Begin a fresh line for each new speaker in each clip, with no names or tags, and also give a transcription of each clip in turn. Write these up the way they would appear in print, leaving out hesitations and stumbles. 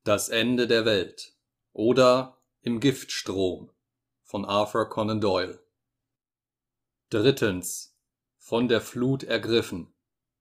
Das Ende der Welt oder Im Giftstrom von Arthur Conan Doyle. Drittens. Von der Flut ergriffen.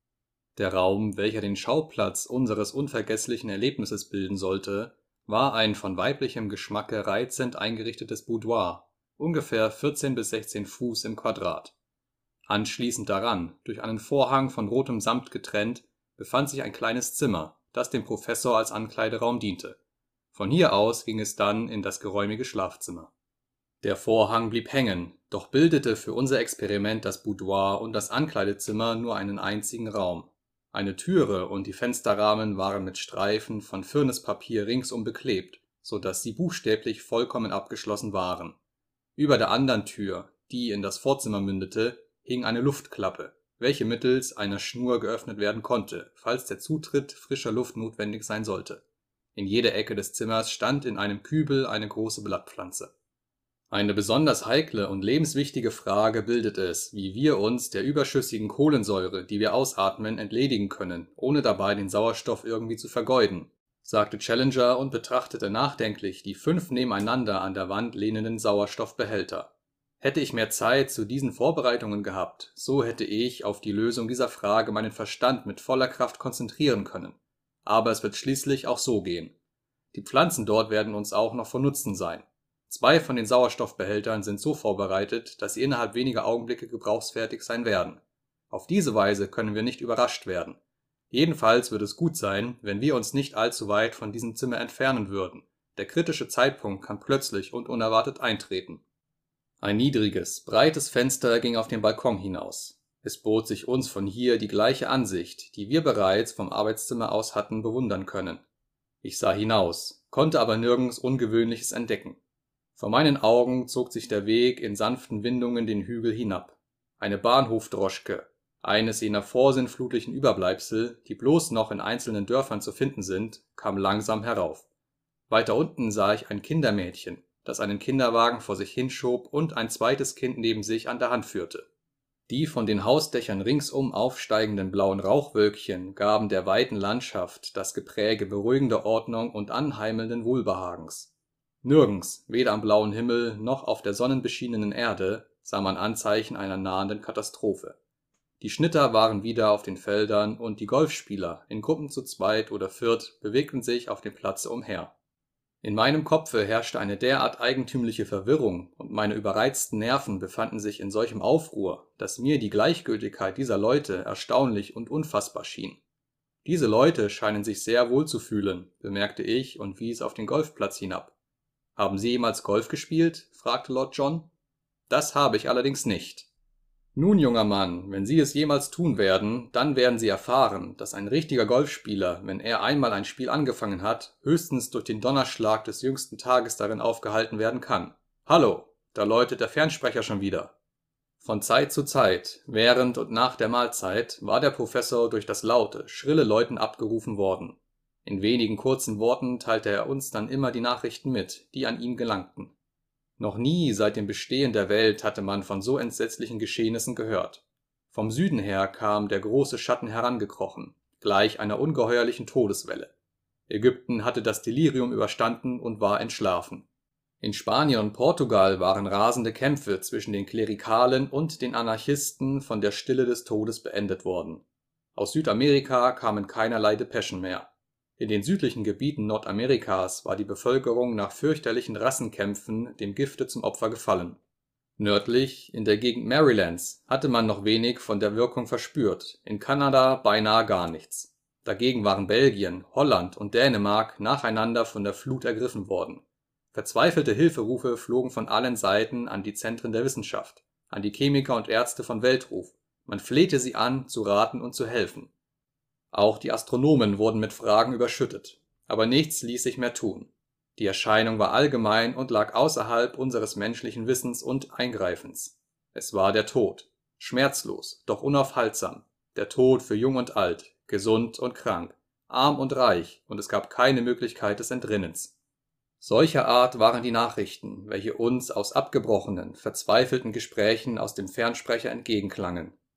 Der Raum, welcher den Schauplatz unseres unvergesslichen Erlebnisses bilden sollte, war ein von weiblichem Geschmacke reizend eingerichtetes Boudoir, ungefähr 14 bis 16 Fuß im Quadrat. Anschließend daran, durch einen Vorhang von rotem Samt getrennt, befand sich ein kleines Zimmer, das dem Professor als Ankleideraum diente. Von hier aus ging es dann in das geräumige Schlafzimmer. Der Vorhang blieb hängen, doch bildete für unser Experiment das Boudoir und das Ankleidezimmer nur einen einzigen Raum. Eine Türe und die Fensterrahmen waren mit Streifen von Firnispapier ringsum beklebt, so dass sie buchstäblich vollkommen abgeschlossen waren. Über der anderen Tür, die in das Vorzimmer mündete, hing eine Luftklappe, welche mittels einer Schnur geöffnet werden konnte, falls der Zutritt frischer Luft notwendig sein sollte. In jeder Ecke des Zimmers stand in einem Kübel eine große Blattpflanze. Eine besonders heikle und lebenswichtige Frage bildet es, wie wir uns der überschüssigen Kohlensäure, die wir ausatmen, entledigen können, ohne dabei den Sauerstoff irgendwie zu vergeuden, sagte Challenger und betrachtete nachdenklich die 5 nebeneinander an der Wand lehnenden Sauerstoffbehälter. Hätte ich mehr Zeit zu diesen Vorbereitungen gehabt, so hätte ich auf die Lösung dieser Frage meinen Verstand mit voller Kraft konzentrieren können. Aber es wird schließlich auch so gehen. Die Pflanzen dort werden uns auch noch von Nutzen sein. 2 von den Sauerstoffbehältern sind so vorbereitet, dass sie innerhalb weniger Augenblicke gebrauchsfertig sein werden. Auf diese Weise können wir nicht überrascht werden. Jedenfalls würde es gut sein, wenn wir uns nicht allzu weit von diesem Zimmer entfernen würden. Der kritische Zeitpunkt kann plötzlich und unerwartet eintreten. Ein niedriges, breites Fenster ging auf den Balkon hinaus. Es bot sich uns von hier die gleiche Ansicht, die wir bereits vom Arbeitszimmer aus hatten bewundern können. Ich sah hinaus, konnte aber nirgends Ungewöhnliches entdecken. Vor meinen Augen zog sich der Weg in sanften Windungen den Hügel hinab. Eine Bahnhofdroschke, eines jener vorsinnflutlichen Überbleibsel, die bloß noch in einzelnen Dörfern zu finden sind, kam langsam herauf. Weiter unten sah ich ein Kindermädchen, das einen Kinderwagen vor sich hinschob und ein zweites Kind neben sich an der Hand führte. Die von den Hausdächern ringsum aufsteigenden blauen Rauchwölkchen gaben der weiten Landschaft das Gepräge beruhigender Ordnung und anheimelnden Wohlbehagens. Nirgends, weder am blauen Himmel noch auf der sonnenbeschienenen Erde, sah man Anzeichen einer nahenden Katastrophe. Die Schnitter waren wieder auf den Feldern und die Golfspieler, in Gruppen zu 2 oder 4, bewegten sich auf dem Platze umher. In meinem Kopfe herrschte eine derart eigentümliche Verwirrung und meine überreizten Nerven befanden sich in solchem Aufruhr, dass mir die Gleichgültigkeit dieser Leute erstaunlich und unfassbar schien. Diese Leute scheinen sich sehr wohl zu fühlen, bemerkte ich und wies auf den Golfplatz hinab. Haben Sie jemals Golf gespielt? Fragte Lord John. Das habe ich allerdings nicht. Nun, junger Mann, wenn Sie es jemals tun werden, dann werden Sie erfahren, dass ein richtiger Golfspieler, wenn er einmal ein Spiel angefangen hat, höchstens durch den Donnerschlag des jüngsten Tages darin aufgehalten werden kann. Hallo, da läutet der Fernsprecher schon wieder. Von Zeit zu Zeit, während und nach der Mahlzeit, war der Professor durch das laute, schrille Läuten abgerufen worden. In wenigen kurzen Worten teilte er uns dann immer die Nachrichten mit, die an ihn gelangten. Noch nie seit dem Bestehen der Welt hatte man von so entsetzlichen Geschehnissen gehört. Vom Süden her kam der große Schatten herangekrochen, gleich einer ungeheuerlichen Todeswelle. Ägypten hatte das Delirium überstanden und war entschlafen. In Spanien und Portugal waren rasende Kämpfe zwischen den Klerikalen und den Anarchisten von der Stille des Todes beendet worden. Aus Südamerika kamen keinerlei Depeschen mehr. In den südlichen Gebieten Nordamerikas war die Bevölkerung nach fürchterlichen Rassenkämpfen dem Gifte zum Opfer gefallen. Nördlich, in der Gegend Marylands, hatte man noch wenig von der Wirkung verspürt, in Kanada beinahe gar nichts. Dagegen waren Belgien, Holland und Dänemark nacheinander von der Flut ergriffen worden. Verzweifelte Hilferufe flogen von allen Seiten an die Zentren der Wissenschaft, an die Chemiker und Ärzte von Weltruf. Man flehte sie an, zu raten und zu helfen. Auch die Astronomen wurden mit Fragen überschüttet, aber nichts ließ sich mehr tun. Die Erscheinung war allgemein und lag außerhalb unseres menschlichen Wissens und Eingreifens. Es war der Tod, schmerzlos, doch unaufhaltsam, der Tod für Jung und Alt, gesund und krank, arm und reich, und es gab keine Möglichkeit des Entrinnens. Solcher Art waren die Nachrichten, welche uns aus abgebrochenen, verzweifelten Gesprächen aus dem Fernsprecher entgegenklangen.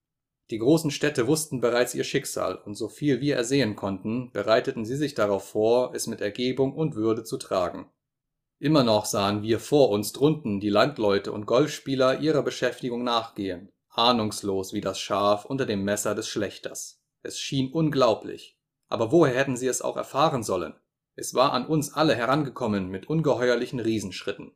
Die großen Städte wussten bereits ihr Schicksal, und so viel wir ersehen konnten, bereiteten sie sich darauf vor, es mit Ergebung und Würde zu tragen. Immer noch sahen wir vor uns drunten die Landleute und Golfspieler ihrer Beschäftigung nachgehen, ahnungslos wie das Schaf unter dem Messer des Schlächters. Es schien unglaublich. Aber woher hätten sie es auch erfahren sollen? Es war an uns alle herangekommen mit ungeheuerlichen Riesenschritten.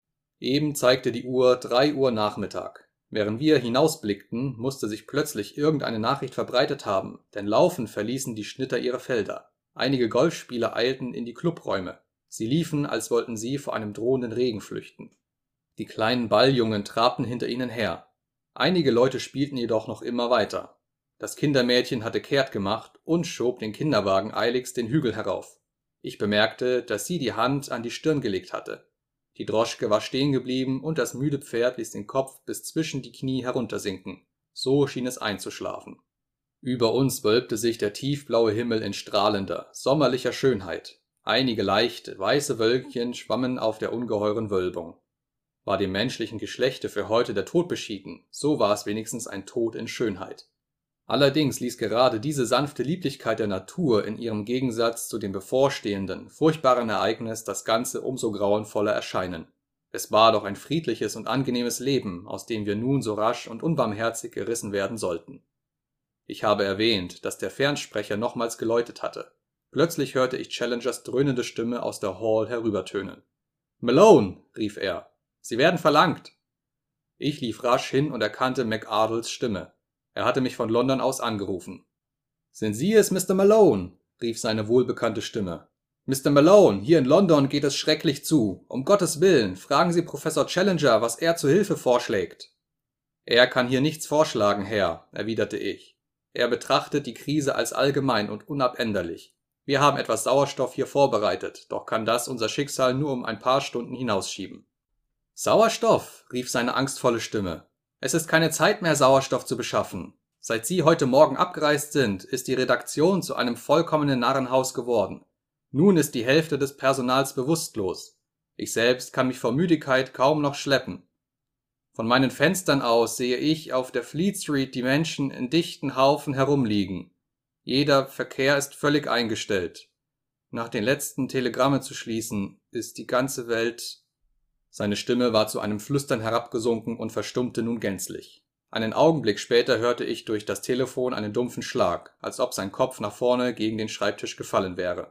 Eben zeigte die Uhr 3 Uhr Nachmittag. Während wir hinausblickten, musste sich plötzlich irgendeine Nachricht verbreitet haben, denn laufend verließen die Schnitter ihre Felder. Einige Golfspieler eilten in die Clubräume. Sie liefen, als wollten sie vor einem drohenden Regen flüchten. Die kleinen Balljungen trabten hinter ihnen her. Einige Leute spielten jedoch noch immer weiter. Das Kindermädchen hatte kehrt gemacht und schob den Kinderwagen eiligst den Hügel herauf. Ich bemerkte, dass sie die Hand an die Stirn gelegt hatte. Die Droschke war stehen geblieben und das müde Pferd ließ den Kopf bis zwischen die Knie heruntersinken. So schien es einzuschlafen. Über uns wölbte sich der tiefblaue Himmel in strahlender, sommerlicher Schönheit. Einige leichte, weiße Wölkchen schwammen auf der ungeheuren Wölbung. War dem menschlichen Geschlechte für heute der Tod beschieden, so war es wenigstens ein Tod in Schönheit. Allerdings ließ gerade diese sanfte Lieblichkeit der Natur in ihrem Gegensatz zu dem bevorstehenden, furchtbaren Ereignis das Ganze umso grauenvoller erscheinen. Es war doch ein friedliches und angenehmes Leben, aus dem wir nun so rasch und unbarmherzig gerissen werden sollten. Ich habe erwähnt, dass der Fernsprecher nochmals geläutet hatte. Plötzlich hörte ich Challengers dröhnende Stimme aus der Hall herübertönen. »Malone«, rief er, »Sie werden verlangt.« Ich lief rasch hin und erkannte McArdles Stimme. Er hatte mich von London aus angerufen. »Sind Sie es, Mr. Malone?« rief seine wohlbekannte Stimme. »Mr. Malone, hier in London geht es schrecklich zu. Um Gottes Willen, fragen Sie Professor Challenger, was er zur Hilfe vorschlägt.« »Er kann hier nichts vorschlagen, Herr«, erwiderte ich. »Er betrachtet die Krise als allgemein und unabänderlich. Wir haben etwas Sauerstoff hier vorbereitet, doch kann das unser Schicksal nur um ein paar Stunden hinausschieben.« »Sauerstoff«, rief seine angstvolle Stimme. »Es ist keine Zeit mehr, Sauerstoff zu beschaffen. Seit Sie heute Morgen abgereist sind, ist die Redaktion zu einem vollkommenen Narrenhaus geworden. Nun ist die Hälfte des Personals bewusstlos. Ich selbst kann mich vor Müdigkeit kaum noch schleppen. Von meinen Fenstern aus sehe ich auf der Fleet Street die Menschen in dichten Haufen herumliegen. Jeder Verkehr ist völlig eingestellt. Nach den letzten Telegrammen zu schließen, ist die ganze Welt…« Seine Stimme war zu einem Flüstern herabgesunken und verstummte nun gänzlich. Einen Augenblick später hörte ich durch das Telefon einen dumpfen Schlag, als ob sein Kopf nach vorne gegen den Schreibtisch gefallen wäre.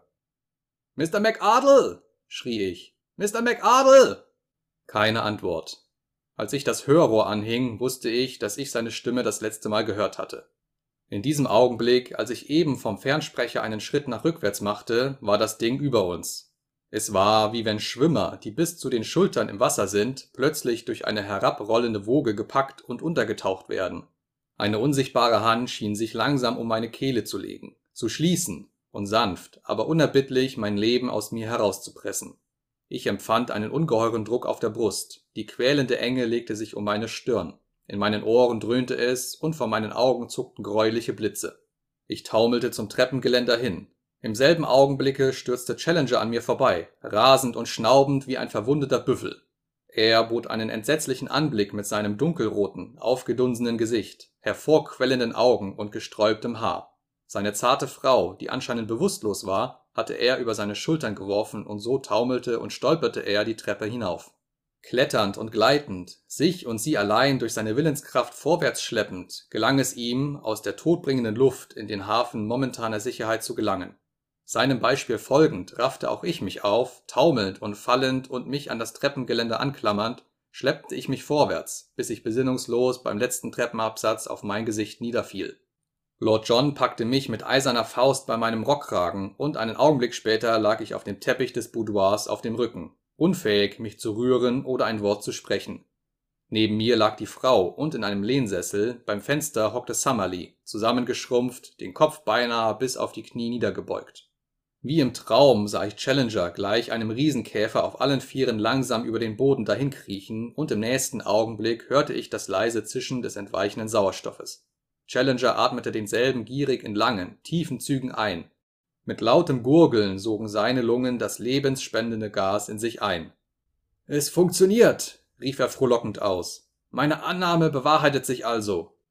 »Mr. McArdle«, schrie ich. »Mr. McArdle!« Keine Antwort. Als ich das Hörrohr anhing, wusste ich, dass ich seine Stimme das letzte Mal gehört hatte. In diesem Augenblick, als ich eben vom Fernsprecher einen Schritt nach rückwärts machte, war das Ding über uns. Es war, wie wenn Schwimmer, die bis zu den Schultern im Wasser sind, plötzlich durch eine herabrollende Woge gepackt und untergetaucht werden. Eine unsichtbare Hand schien sich langsam um meine Kehle zu legen, zu schließen und sanft, aber unerbittlich mein Leben aus mir herauszupressen. Ich empfand einen ungeheuren Druck auf der Brust, die quälende Enge legte sich um meine Stirn, in meinen Ohren dröhnte es und vor meinen Augen zuckten greuliche Blitze. Ich taumelte zum Treppengeländer hin. Im selben Augenblicke stürzte Challenger an mir vorbei, rasend und schnaubend wie ein verwundeter Büffel. Er bot einen entsetzlichen Anblick mit seinem dunkelroten, aufgedunsenen Gesicht, hervorquellenden Augen und gesträubtem Haar. Seine zarte Frau, die anscheinend bewusstlos war, hatte er über seine Schultern geworfen und so taumelte und stolperte er die Treppe hinauf. Kletternd und gleitend, sich und sie allein durch seine Willenskraft vorwärts schleppend, gelang es ihm, aus der todbringenden Luft in den Hafen momentaner Sicherheit zu gelangen. Seinem Beispiel folgend raffte auch ich mich auf, taumelnd und fallend und mich an das Treppengeländer anklammernd, schleppte ich mich vorwärts, bis ich besinnungslos beim letzten Treppenabsatz auf mein Gesicht niederfiel. Lord John packte mich mit eiserner Faust bei meinem Rockkragen und einen Augenblick später lag ich auf dem Teppich des Boudoirs auf dem Rücken, unfähig, mich zu rühren oder ein Wort zu sprechen. Neben mir lag die Frau und in einem Lehnsessel, beim Fenster hockte Summerlee, zusammengeschrumpft, den Kopf beinahe bis auf die Knie niedergebeugt. Wie im Traum sah ich Challenger gleich einem Riesenkäfer auf allen Vieren langsam über den Boden dahinkriechen und im nächsten Augenblick hörte ich das leise Zischen des entweichenden Sauerstoffes. Challenger atmete denselben gierig in langen, tiefen Zügen ein. Mit lautem Gurgeln sogen seine Lungen das lebensspendende Gas in sich ein. »Es funktioniert«, rief er frohlockend aus. »Meine Annahme bewahrheitet sich also.«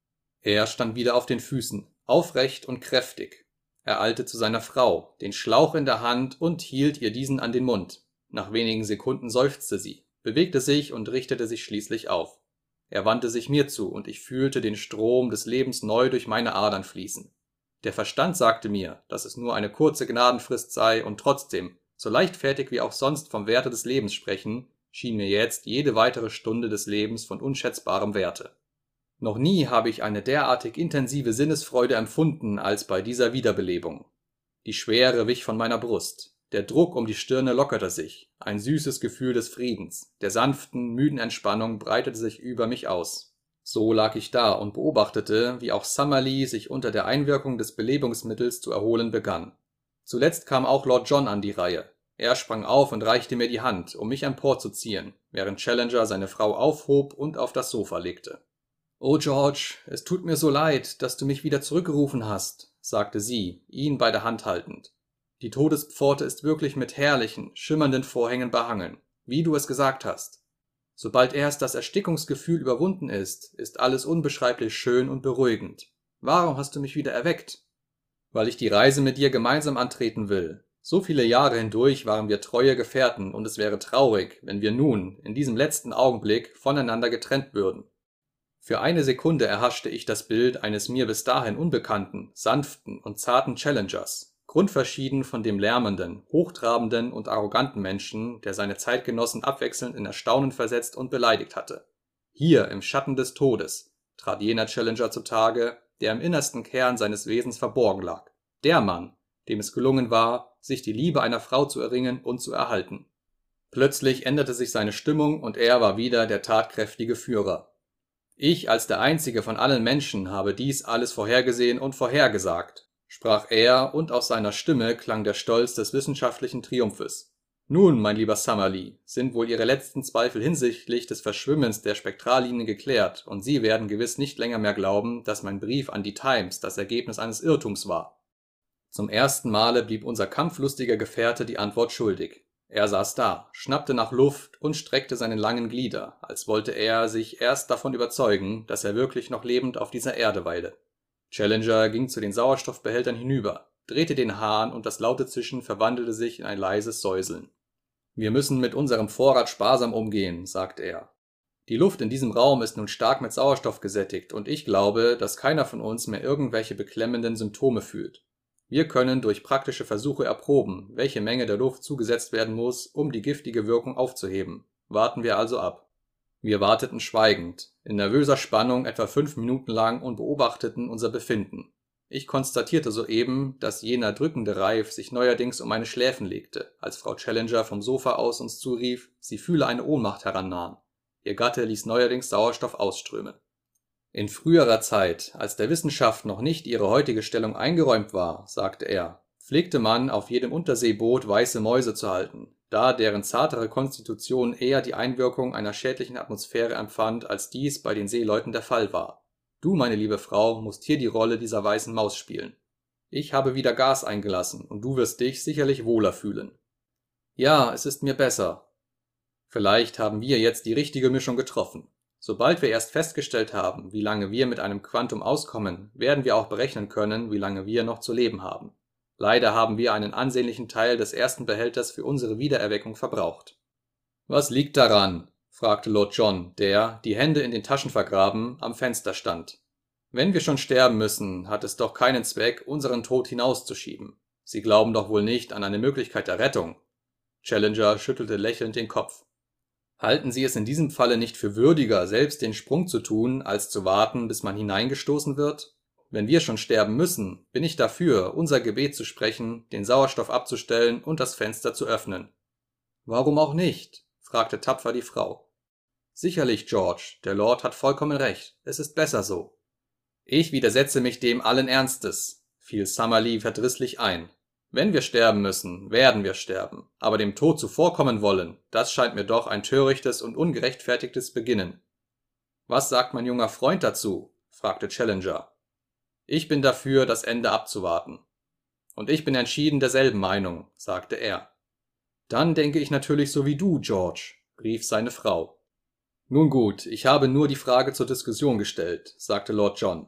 Er stand wieder auf den Füßen, aufrecht und kräftig. Er eilte zu seiner Frau, den Schlauch in der Hand, und hielt ihr diesen an den Mund. Nach wenigen Sekunden seufzte sie, bewegte sich und richtete sich schließlich auf. Er wandte sich mir zu, und ich fühlte den Strom des Lebens neu durch meine Adern fließen. Der Verstand sagte mir, dass es nur eine kurze Gnadenfrist sei, und trotzdem, so leichtfertig wir auch sonst vom Werte des Lebens sprechen, schien mir jetzt jede weitere Stunde des Lebens von unschätzbarem Werte. Noch nie habe ich eine derartig intensive Sinnesfreude empfunden als bei dieser Wiederbelebung. Die Schwere wich von meiner Brust, der Druck um die Stirne lockerte sich, ein süßes Gefühl des Friedens, der sanften, müden Entspannung breitete sich über mich aus. So lag ich da und beobachtete, wie auch Summerlee sich unter der Einwirkung des Belebungsmittels zu erholen begann. Zuletzt kam auch Lord John an die Reihe. Er sprang auf und reichte mir die Hand, um mich emporzuziehen, während Challenger seine Frau aufhob und auf das Sofa legte. »Oh George, es tut mir so leid, dass du mich wieder zurückgerufen hast«, sagte sie, ihn bei der Hand haltend. »Die Todespforte ist wirklich mit herrlichen, schimmernden Vorhängen behangen, wie du es gesagt hast. Sobald erst das Erstickungsgefühl überwunden ist, ist alles unbeschreiblich schön und beruhigend. Warum hast du mich wieder erweckt?« »Weil ich die Reise mit dir gemeinsam antreten will. So viele Jahre hindurch waren wir treue Gefährten, und es wäre traurig, wenn wir nun, in diesem letzten Augenblick, voneinander getrennt würden.« Für eine Sekunde erhaschte ich das Bild eines mir bis dahin unbekannten, sanften und zarten Challengers, grundverschieden von dem lärmenden, hochtrabenden und arroganten Menschen, der seine Zeitgenossen abwechselnd in Erstaunen versetzt und beleidigt hatte. Hier, im Schatten des Todes, trat jener Challenger zutage, der im innersten Kern seines Wesens verborgen lag. Der Mann, dem es gelungen war, sich die Liebe einer Frau zu erringen und zu erhalten. Plötzlich änderte sich seine Stimmung und er war wieder der tatkräftige Führer. »Ich als der einzige von allen Menschen habe dies alles vorhergesehen und vorhergesagt«, sprach er, und aus seiner Stimme klang der Stolz des wissenschaftlichen Triumphes. »Nun, mein lieber Summerlee, sind wohl Ihre letzten Zweifel hinsichtlich des Verschwimmens der Spektrallinien geklärt, und Sie werden gewiss nicht länger mehr glauben, dass mein Brief an die Times das Ergebnis eines Irrtums war.« Zum ersten Male blieb unser kampflustiger Gefährte die Antwort schuldig. Er saß da, schnappte nach Luft und streckte seine langen Glieder, als wollte er sich erst davon überzeugen, dass er wirklich noch lebend auf dieser Erde weile. Challenger ging zu den Sauerstoffbehältern hinüber, drehte den Hahn und das laute Zischen verwandelte sich in ein leises Säuseln. »Wir müssen mit unserem Vorrat sparsam umgehen«, sagte er. »Die Luft in diesem Raum ist nun stark mit Sauerstoff gesättigt und ich glaube, dass keiner von uns mehr irgendwelche beklemmenden Symptome fühlt. Wir können durch praktische Versuche erproben, welche Menge der Luft zugesetzt werden muss, um die giftige Wirkung aufzuheben. Warten wir also ab.« Wir warteten schweigend, in nervöser Spannung etwa 5 Minuten lang und beobachteten unser Befinden. Ich konstatierte soeben, dass jener drückende Reif sich neuerdings um meine Schläfen legte, als Frau Challenger vom Sofa aus uns zurief, sie fühle eine Ohnmacht herannahen. Ihr Gatte ließ neuerdings Sauerstoff ausströmen. »In früherer Zeit, als der Wissenschaft noch nicht ihre heutige Stellung eingeräumt war«, sagte er, »pflegte man auf jedem Unterseeboot weiße Mäuse zu halten, da deren zartere Konstitution eher die Einwirkung einer schädlichen Atmosphäre empfand, als dies bei den Seeleuten der Fall war. Du, meine liebe Frau, musst hier die Rolle dieser weißen Maus spielen. Ich habe wieder Gas eingelassen, und du wirst dich sicherlich wohler fühlen.« »Ja, es ist mir besser.« »Vielleicht haben wir jetzt die richtige Mischung getroffen. Sobald wir erst festgestellt haben, wie lange wir mit einem Quantum auskommen, werden wir auch berechnen können, wie lange wir noch zu leben haben. Leider haben wir einen ansehnlichen Teil des ersten Behälters für unsere Wiedererweckung verbraucht.« »Was liegt daran?« fragte Lord John, der, die Hände in den Taschen vergraben, am Fenster stand. »Wenn wir schon sterben müssen, hat es doch keinen Zweck, unseren Tod hinauszuschieben. Sie glauben doch wohl nicht an eine Möglichkeit der Rettung?« Challenger schüttelte lächelnd den Kopf. »Halten Sie es in diesem Falle nicht für würdiger, selbst den Sprung zu tun, als zu warten, bis man hineingestoßen wird? Wenn wir schon sterben müssen, bin ich dafür, unser Gebet zu sprechen, den Sauerstoff abzustellen und das Fenster zu öffnen.« »Warum auch nicht?« fragte tapfer die Frau. »Sicherlich, George, der Lord hat vollkommen recht, es ist besser so.« »Ich widersetze mich dem allen Ernstes«, fiel Summerlee verdrießlich ein. »Wenn wir sterben müssen, werden wir sterben, aber dem Tod zuvorkommen wollen, das scheint mir doch ein törichtes und ungerechtfertigtes Beginnen.« »Was sagt mein junger Freund dazu?« fragte Challenger. »Ich bin dafür, das Ende abzuwarten.« »Und ich bin entschieden derselben Meinung«, sagte er. »Dann denke ich natürlich so wie du, George«, rief seine Frau. »Nun gut, ich habe nur die Frage zur Diskussion gestellt«, sagte Lord John.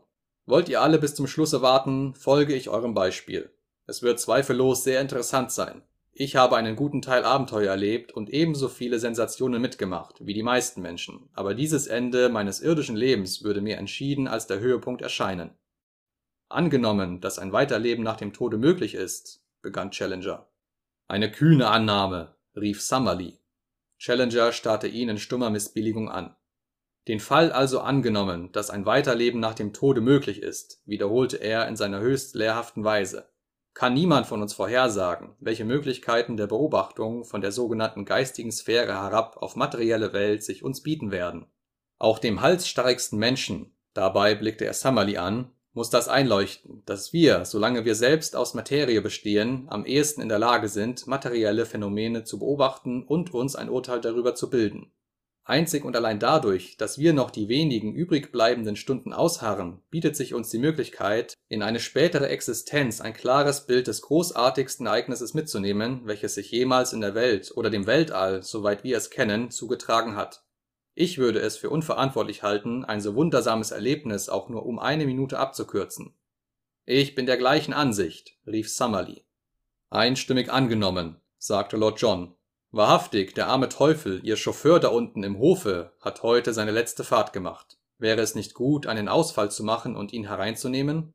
Wollt ihr alle bis zum Schlusse warten, folge ich eurem Beispiel. Es wird zweifellos sehr interessant sein. Ich habe einen guten Teil Abenteuer erlebt und ebenso viele Sensationen mitgemacht wie die meisten Menschen, aber dieses Ende meines irdischen Lebens würde mir entschieden als der Höhepunkt erscheinen. Angenommen, dass ein Weiterleben nach dem Tode möglich ist, begann Challenger. Eine kühne Annahme, rief Summerlee. Challenger starrte ihn in stummer Missbilligung an. Den Fall also angenommen, dass ein Weiterleben nach dem Tode möglich ist, wiederholte er in seiner höchst lehrhaften Weise, kann niemand von uns vorhersagen, welche Möglichkeiten der Beobachtung von der sogenannten geistigen Sphäre herab auf materielle Welt sich uns bieten werden. Auch dem halsstarrigsten Menschen, dabei blickte er Summerlee an, muss das einleuchten, dass wir, solange wir selbst aus Materie bestehen, am ehesten in der Lage sind, materielle Phänomene zu beobachten und uns ein Urteil darüber zu bilden. Einzig und allein dadurch, dass wir noch die wenigen übrig bleibenden Stunden ausharren, bietet sich uns die Möglichkeit, in eine spätere Existenz ein klares Bild des großartigsten Ereignisses mitzunehmen, welches sich jemals in der Welt oder dem Weltall, soweit wir es kennen, zugetragen hat. Ich würde es für unverantwortlich halten, ein so wundersames Erlebnis auch nur um eine Minute abzukürzen. Ich bin der gleichen Ansicht, rief Summerlee. Einstimmig angenommen, sagte Lord John. Wahrhaftig, der arme Teufel, Ihr Chauffeur da unten im Hofe, hat heute seine letzte Fahrt gemacht. Wäre es nicht gut, einen Ausfall zu machen und ihn hereinzunehmen?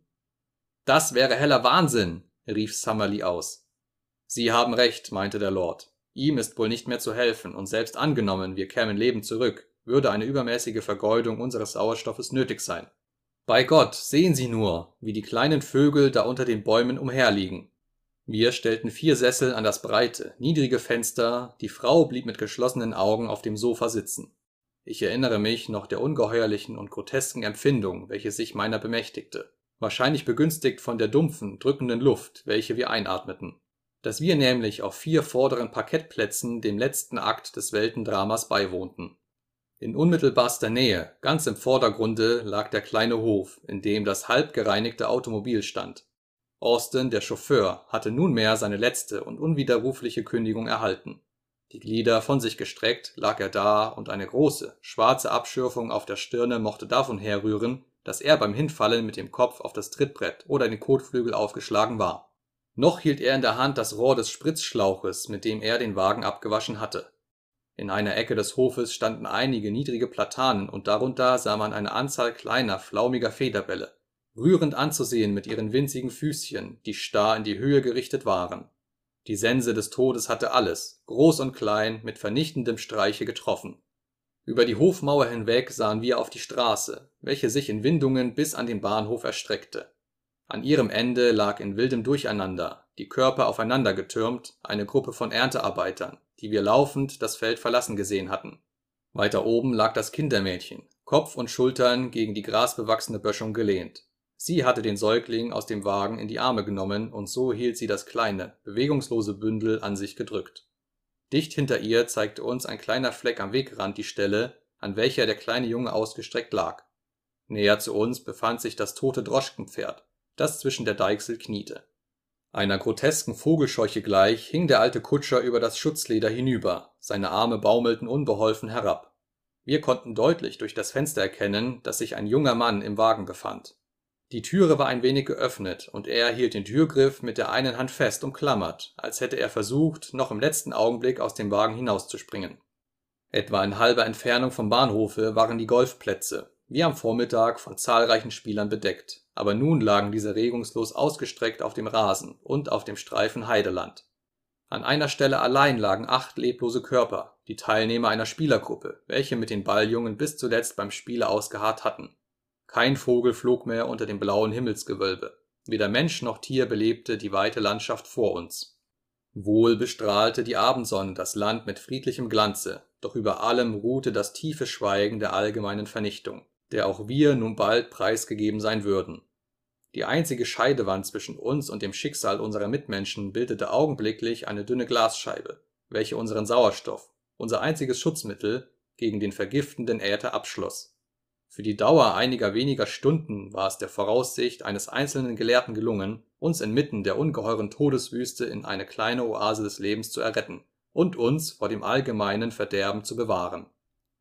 Das wäre heller Wahnsinn, rief Summerlee aus. Sie haben recht, meinte der Lord. Ihm ist wohl nicht mehr zu helfen, und selbst angenommen, wir kämen lebend zurück, würde eine übermäßige Vergeudung unseres Sauerstoffes nötig sein. Bei Gott, sehen Sie nur, wie die kleinen Vögel da unter den Bäumen umherliegen. Wir stellten 4 Sessel an das breite, niedrige Fenster, die Frau blieb mit geschlossenen Augen auf dem Sofa sitzen. Ich erinnere mich noch der ungeheuerlichen und grotesken Empfindung, welche sich meiner bemächtigte, wahrscheinlich begünstigt von der dumpfen, drückenden Luft, welche wir einatmeten. Dass wir nämlich auf 4 vorderen Parkettplätzen dem letzten Akt des Weltendramas beiwohnten. In unmittelbarster Nähe, ganz im Vordergrunde, lag der kleine Hof, in dem das halb gereinigte Automobil stand. Austin, der Chauffeur, hatte nunmehr seine letzte und unwiderrufliche Kündigung erhalten. Die Glieder von sich gestreckt lag er da und eine große, schwarze Abschürfung auf der Stirne mochte davon herrühren, dass er beim Hinfallen mit dem Kopf auf das Trittbrett oder den Kotflügel aufgeschlagen war. Noch hielt er in der Hand das Rohr des Spritzschlauches, mit dem er den Wagen abgewaschen hatte. In einer Ecke des Hofes standen einige niedrige Platanen und darunter sah man eine Anzahl kleiner, flaumiger Federbälle, rührend anzusehen mit ihren winzigen Füßchen, die starr in die Höhe gerichtet waren. Die Sense des Todes hatte alles, groß und klein, mit vernichtendem Streiche getroffen. Über die Hofmauer hinweg sahen wir auf die Straße, welche sich in Windungen bis an den Bahnhof erstreckte. An ihrem Ende lag in wildem Durcheinander, die Körper aufeinander getürmt, eine Gruppe von Erntearbeitern, die wir laufend das Feld verlassen gesehen hatten. Weiter oben lag das Kindermädchen, Kopf und Schultern gegen die grasbewachsene Böschung gelehnt. Sie hatte den Säugling aus dem Wagen in die Arme genommen und so hielt sie das kleine, bewegungslose Bündel an sich gedrückt. Dicht hinter ihr zeigte uns ein kleiner Fleck am Wegrand die Stelle, an welcher der kleine Junge ausgestreckt lag. Näher zu uns befand sich das tote Droschkenpferd, das zwischen der Deichsel kniete. Einer grotesken Vogelscheuche gleich hing der alte Kutscher über das Schutzleder hinüber, seine Arme baumelten unbeholfen herab. Wir konnten deutlich durch das Fenster erkennen, dass sich ein junger Mann im Wagen befand. Die Türe war ein wenig geöffnet, und er hielt den Türgriff mit der einen Hand fest umklammert, als hätte er versucht, noch im letzten Augenblick aus dem Wagen hinauszuspringen. Etwa in halber Entfernung vom Bahnhofe waren die Golfplätze, wie am Vormittag, von zahlreichen Spielern bedeckt, aber nun lagen diese regungslos ausgestreckt auf dem Rasen und auf dem Streifen Heideland. An einer Stelle allein lagen 8 leblose Körper, die Teilnehmer einer Spielergruppe, welche mit den Balljungen bis zuletzt beim Spiele ausgeharrt hatten. Kein Vogel flog mehr unter dem blauen Himmelsgewölbe, weder Mensch noch Tier belebte die weite Landschaft vor uns. Wohl bestrahlte die Abendsonne das Land mit friedlichem Glanze, doch über allem ruhte das tiefe Schweigen der allgemeinen Vernichtung, der auch wir nun bald preisgegeben sein würden. Die einzige Scheidewand zwischen uns und dem Schicksal unserer Mitmenschen bildete augenblicklich eine dünne Glasscheibe, welche unseren Sauerstoff, unser einziges Schutzmittel, gegen den vergiftenden Äther abschloss. Für die Dauer einiger weniger Stunden war es der Voraussicht eines einzelnen Gelehrten gelungen, uns inmitten der ungeheuren Todeswüste in eine kleine Oase des Lebens zu erretten und uns vor dem allgemeinen Verderben zu bewahren.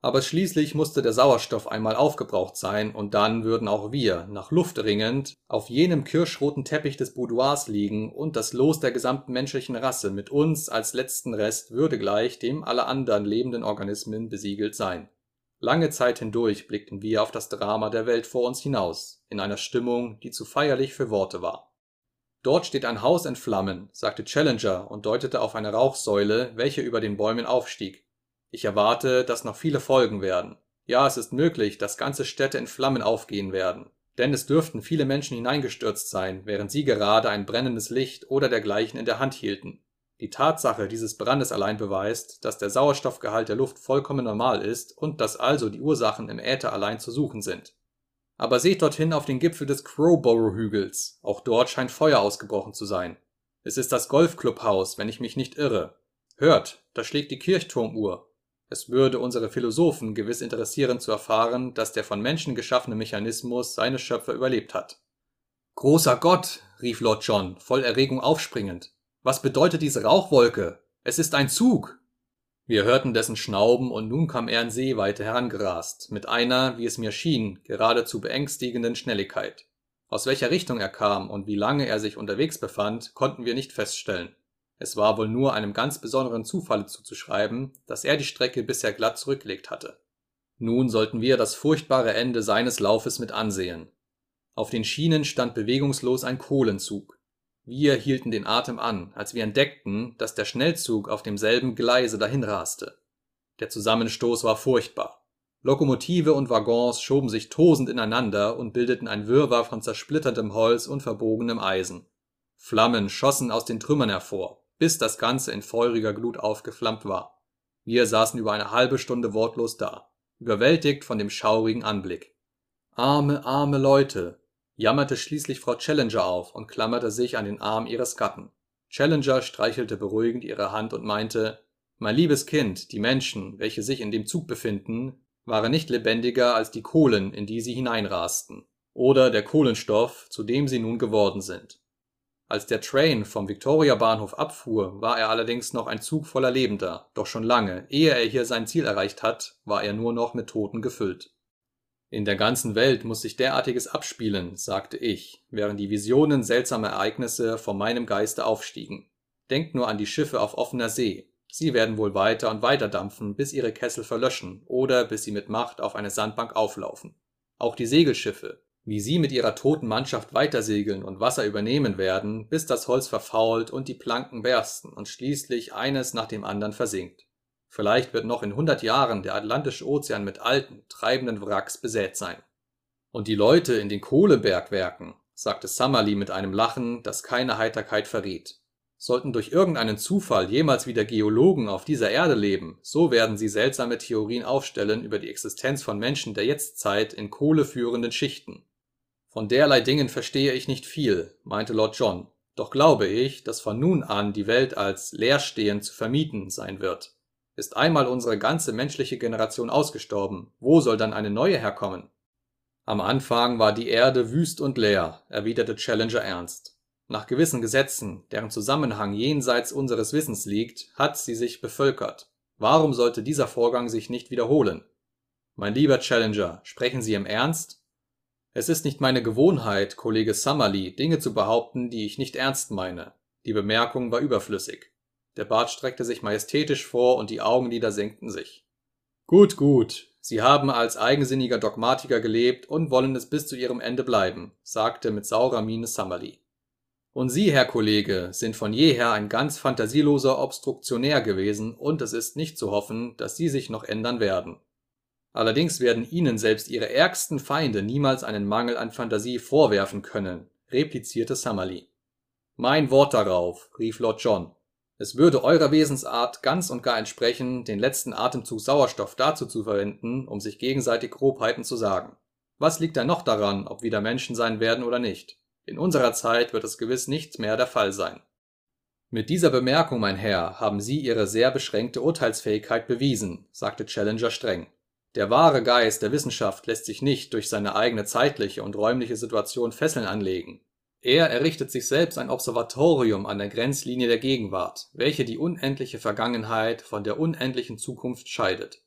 Aber schließlich musste der Sauerstoff einmal aufgebraucht sein, und dann würden auch wir, nach Luft ringend, auf jenem kirschroten Teppich des Boudoirs liegen, und das Los der gesamten menschlichen Rasse mit uns als letzten Rest würde gleich dem aller anderen lebenden Organismen besiegelt sein. Lange Zeit hindurch blickten wir auf das Drama der Welt vor uns hinaus, in einer Stimmung, die zu feierlich für Worte war. »Dort steht ein Haus in Flammen«, sagte Challenger und deutete auf eine Rauchsäule, welche über den Bäumen aufstieg. »Ich erwarte, dass noch viele folgen werden. Ja, es ist möglich, dass ganze Städte in Flammen aufgehen werden. Denn es dürften viele Menschen hineingestürzt sein, während sie gerade ein brennendes Licht oder dergleichen in der Hand hielten. Die Tatsache dieses Brandes allein beweist, dass der Sauerstoffgehalt der Luft vollkommen normal ist und dass also die Ursachen im Äther allein zu suchen sind. Aber seht dorthin auf den Gipfel des Crowborough-Hügels, auch dort scheint Feuer ausgebrochen zu sein. Es ist das Golfclubhaus, wenn ich mich nicht irre. Hört, da schlägt die Kirchturmuhr. Es würde unsere Philosophen gewiss interessieren zu erfahren, dass der von Menschen geschaffene Mechanismus seine Schöpfer überlebt hat.« »Großer Gott«, rief Lord John, voll Erregung aufspringend. »Was bedeutet diese Rauchwolke? Es ist ein Zug!« Wir hörten dessen Schnauben, und nun kam er in Sehweite herangerast, mit einer, wie es mir schien, geradezu beängstigenden Schnelligkeit. Aus welcher Richtung er kam und wie lange er sich unterwegs befand, konnten wir nicht feststellen. Es war wohl nur einem ganz besonderen Zufalle zuzuschreiben, dass er die Strecke bisher glatt zurückgelegt hatte. Nun sollten wir das furchtbare Ende seines Laufes mit ansehen. Auf den Schienen stand bewegungslos ein Kohlenzug. Wir hielten den Atem an, als wir entdeckten, dass der Schnellzug auf demselben Gleise dahinraste. Der Zusammenstoß war furchtbar. Lokomotive und Waggons schoben sich tosend ineinander und bildeten ein Wirrwarr von zersplitterndem Holz und verbogenem Eisen. Flammen schossen aus den Trümmern hervor, bis das Ganze in feuriger Glut aufgeflammt war. Wir saßen über eine halbe Stunde wortlos da, überwältigt von dem schaurigen Anblick. »Arme, arme Leute«, jammerte schließlich Frau Challenger auf und klammerte sich an den Arm ihres Gatten. Challenger streichelte beruhigend ihre Hand und meinte: »Mein liebes Kind, die Menschen, welche sich in dem Zug befinden, waren nicht lebendiger als die Kohlen, in die sie hineinrasten, oder der Kohlenstoff, zu dem sie nun geworden sind. Als der Train vom Victoria-Bahnhof abfuhr, war er allerdings noch ein Zug voller Lebender, doch schon lange, ehe er hier sein Ziel erreicht hat, war er nur noch mit Toten gefüllt.« »In der ganzen Welt muss sich derartiges abspielen«, sagte ich, während die Visionen seltsamer Ereignisse vor meinem Geiste aufstiegen. »Denkt nur an die Schiffe auf offener See. Sie werden wohl weiter und weiter dampfen, bis ihre Kessel verlöschen oder bis sie mit Macht auf eine Sandbank auflaufen. Auch die Segelschiffe, wie sie mit ihrer toten Mannschaft weitersegeln und Wasser übernehmen werden, bis das Holz verfault und die Planken bersten und schließlich eines nach dem anderen versinkt. Vielleicht wird noch in 100 Jahren der Atlantische Ozean mit alten, treibenden Wracks besät sein.« »Und die Leute in den Kohlebergwerken«, sagte Summerlee mit einem Lachen, das keine Heiterkeit verriet. »Sollten durch irgendeinen Zufall jemals wieder Geologen auf dieser Erde leben, so werden sie seltsame Theorien aufstellen über die Existenz von Menschen der Jetztzeit in kohleführenden Schichten.« »Von derlei Dingen verstehe ich nicht viel«, meinte Lord John, »doch glaube ich, dass von nun an die Welt als leerstehend zu vermieten sein wird. Ist einmal unsere ganze menschliche Generation ausgestorben, wo soll dann eine neue herkommen?« »Am Anfang war die Erde wüst und leer«, erwiderte Challenger ernst. »Nach gewissen Gesetzen, deren Zusammenhang jenseits unseres Wissens liegt, hat sie sich bevölkert. Warum sollte dieser Vorgang sich nicht wiederholen?« »Mein lieber Challenger, sprechen Sie im Ernst?« »Es ist nicht meine Gewohnheit, Kollege Summerlee, Dinge zu behaupten, die ich nicht ernst meine.« Die Bemerkung war überflüssig. Der Bart streckte sich majestätisch vor und die Augenlider senkten sich. »Gut, gut. Sie haben als eigensinniger Dogmatiker gelebt und wollen es bis zu Ihrem Ende bleiben«, sagte mit saurer Miene Summerlee. »Und Sie, Herr Kollege, sind von jeher ein ganz fantasieloser Obstruktionär gewesen, und es ist nicht zu hoffen, dass Sie sich noch ändern werden. Allerdings werden Ihnen selbst Ihre ärgsten Feinde niemals einen Mangel an Fantasie vorwerfen können«, replizierte Summerlee. »Mein Wort darauf«, rief Lord John. »Es würde eurer Wesensart ganz und gar entsprechen, den letzten Atemzug Sauerstoff dazu zu verwenden, um sich gegenseitig Grobheiten zu sagen. Was liegt denn noch daran, ob wir da Menschen sein werden oder nicht? In unserer Zeit wird es gewiss nicht mehr der Fall sein.« »Mit dieser Bemerkung, mein Herr, haben Sie Ihre sehr beschränkte Urteilsfähigkeit bewiesen«, sagte Challenger streng. »Der wahre Geist der Wissenschaft lässt sich nicht durch seine eigene zeitliche und räumliche Situation Fesseln anlegen. Er errichtet sich selbst ein Observatorium an der Grenzlinie der Gegenwart, welche die unendliche Vergangenheit von der unendlichen Zukunft scheidet.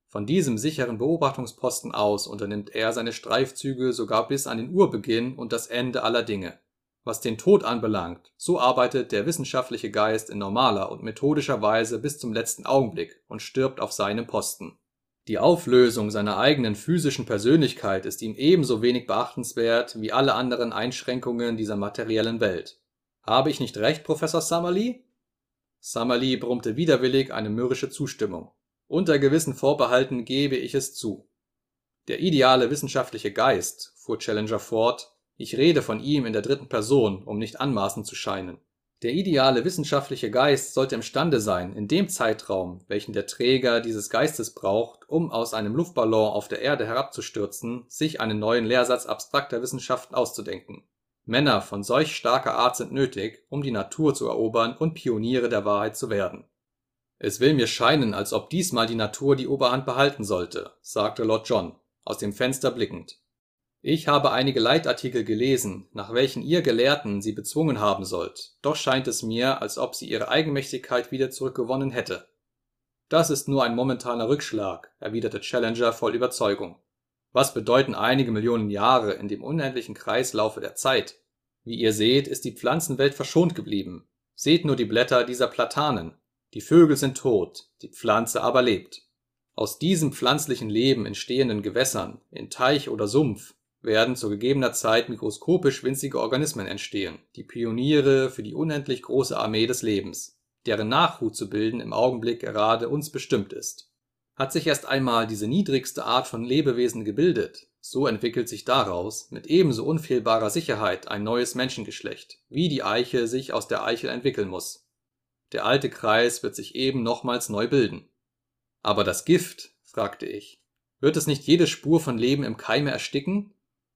Von diesem sicheren Beobachtungsposten aus unternimmt er seine Streifzüge sogar bis an den Urbeginn und das Ende aller Dinge. Was den Tod anbelangt, so arbeitet der wissenschaftliche Geist in normaler und methodischer Weise bis zum letzten Augenblick und stirbt auf seinem Posten. Die Auflösung seiner eigenen physischen Persönlichkeit ist ihm ebenso wenig beachtenswert wie alle anderen Einschränkungen dieser materiellen Welt. Habe ich nicht recht, Professor Summerlee? Summerlee brummte widerwillig eine mürrische Zustimmung. Unter gewissen Vorbehalten gebe ich es zu. Der ideale wissenschaftliche Geist, fuhr Challenger fort, ich rede von ihm in der dritten Person, um nicht anmaßend zu scheinen. Der ideale wissenschaftliche Geist sollte imstande sein, in dem Zeitraum, welchen der Träger dieses Geistes braucht, um aus einem Luftballon auf der Erde herabzustürzen, sich einen neuen Lehrsatz abstrakter Wissenschaften auszudenken. Männer von solch starker Art sind nötig, um die Natur zu erobern und Pioniere der Wahrheit zu werden. Es will mir scheinen, als ob diesmal die Natur die Oberhand behalten sollte, sagte Lord John, aus dem Fenster blickend. Ich habe einige Leitartikel gelesen, nach welchen ihr Gelehrten sie bezwungen haben sollt, doch scheint es mir, als ob sie ihre Eigenmächtigkeit wieder zurückgewonnen hätte. Das ist nur ein momentaner Rückschlag, erwiderte Challenger voll Überzeugung. Was bedeuten einige Millionen Jahre in dem unendlichen Kreislaufe der Zeit? Wie ihr seht, ist die Pflanzenwelt verschont geblieben. Seht nur die Blätter dieser Platanen. Die Vögel sind tot, die Pflanze aber lebt. Aus diesem pflanzlichen Leben in stehenden Gewässern, in Teich oder Sumpf, werden zu gegebener Zeit mikroskopisch winzige Organismen entstehen, die Pioniere für die unendlich große Armee des Lebens, deren Nachhut zu bilden im Augenblick gerade uns bestimmt ist. Hat sich erst einmal diese niedrigste Art von Lebewesen gebildet, so entwickelt sich daraus mit ebenso unfehlbarer Sicherheit ein neues Menschengeschlecht, wie die Eiche sich aus der Eichel entwickeln muss. Der alte Kreis wird sich eben nochmals neu bilden. Aber das Gift, fragte ich, wird es nicht jede Spur von Leben im Keime ersticken?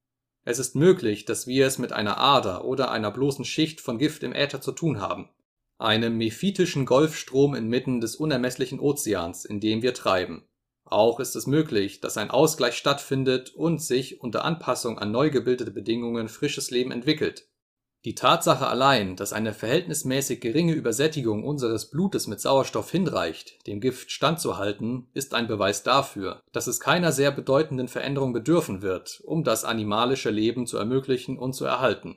Es ist möglich, dass wir es mit einer Ader oder einer bloßen Schicht von Gift im Äther zu tun haben, einem mephitischen Golfstrom inmitten des unermesslichen Ozeans, in dem wir treiben. Auch ist es möglich, dass ein Ausgleich stattfindet und sich unter Anpassung an neu gebildete Bedingungen frisches Leben entwickelt. Die Tatsache allein, dass eine verhältnismäßig geringe Übersättigung unseres Blutes mit Sauerstoff hinreicht, dem Gift standzuhalten, ist ein Beweis dafür, dass es keiner sehr bedeutenden Veränderung bedürfen wird, um das animalische Leben zu ermöglichen und zu erhalten.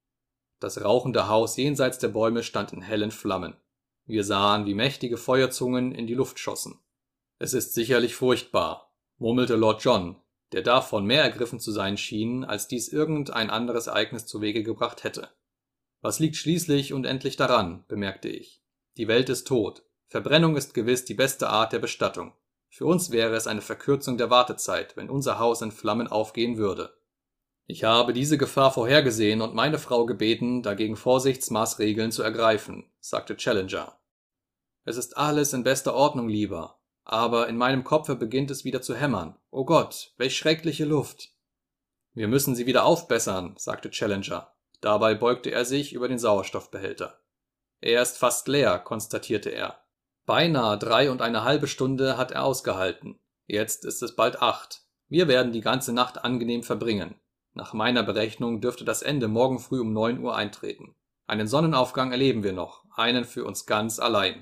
Das rauchende Haus jenseits der Bäume stand in hellen Flammen. Wir sahen, wie mächtige Feuerzungen in die Luft schossen. Es ist sicherlich furchtbar, murmelte Lord John, der davon mehr ergriffen zu sein schien, als dies irgendein anderes Ereignis zuwege gebracht hätte. Was liegt schließlich und endlich daran, bemerkte ich. Die Welt ist tot. Verbrennung ist gewiss die beste Art der Bestattung. Für uns wäre es eine Verkürzung der Wartezeit, wenn unser Haus in Flammen aufgehen würde. Ich habe diese Gefahr vorhergesehen und meine Frau gebeten, dagegen Vorsichtsmaßregeln zu ergreifen, sagte Challenger. Es ist alles in bester Ordnung, Lieber. Aber in meinem Kopfe beginnt es wieder zu hämmern. Oh Gott, welch schreckliche Luft! Wir müssen sie wieder aufbessern, sagte Challenger. Dabei beugte er sich über den Sauerstoffbehälter. Er ist fast leer, konstatierte er. Beinahe 3,5 Stunden hat er ausgehalten. Jetzt ist es bald 8. Wir werden die ganze Nacht angenehm verbringen. Nach meiner Berechnung dürfte das Ende morgen früh um 9 Uhr eintreten. Einen Sonnenaufgang erleben wir noch, einen für uns ganz allein.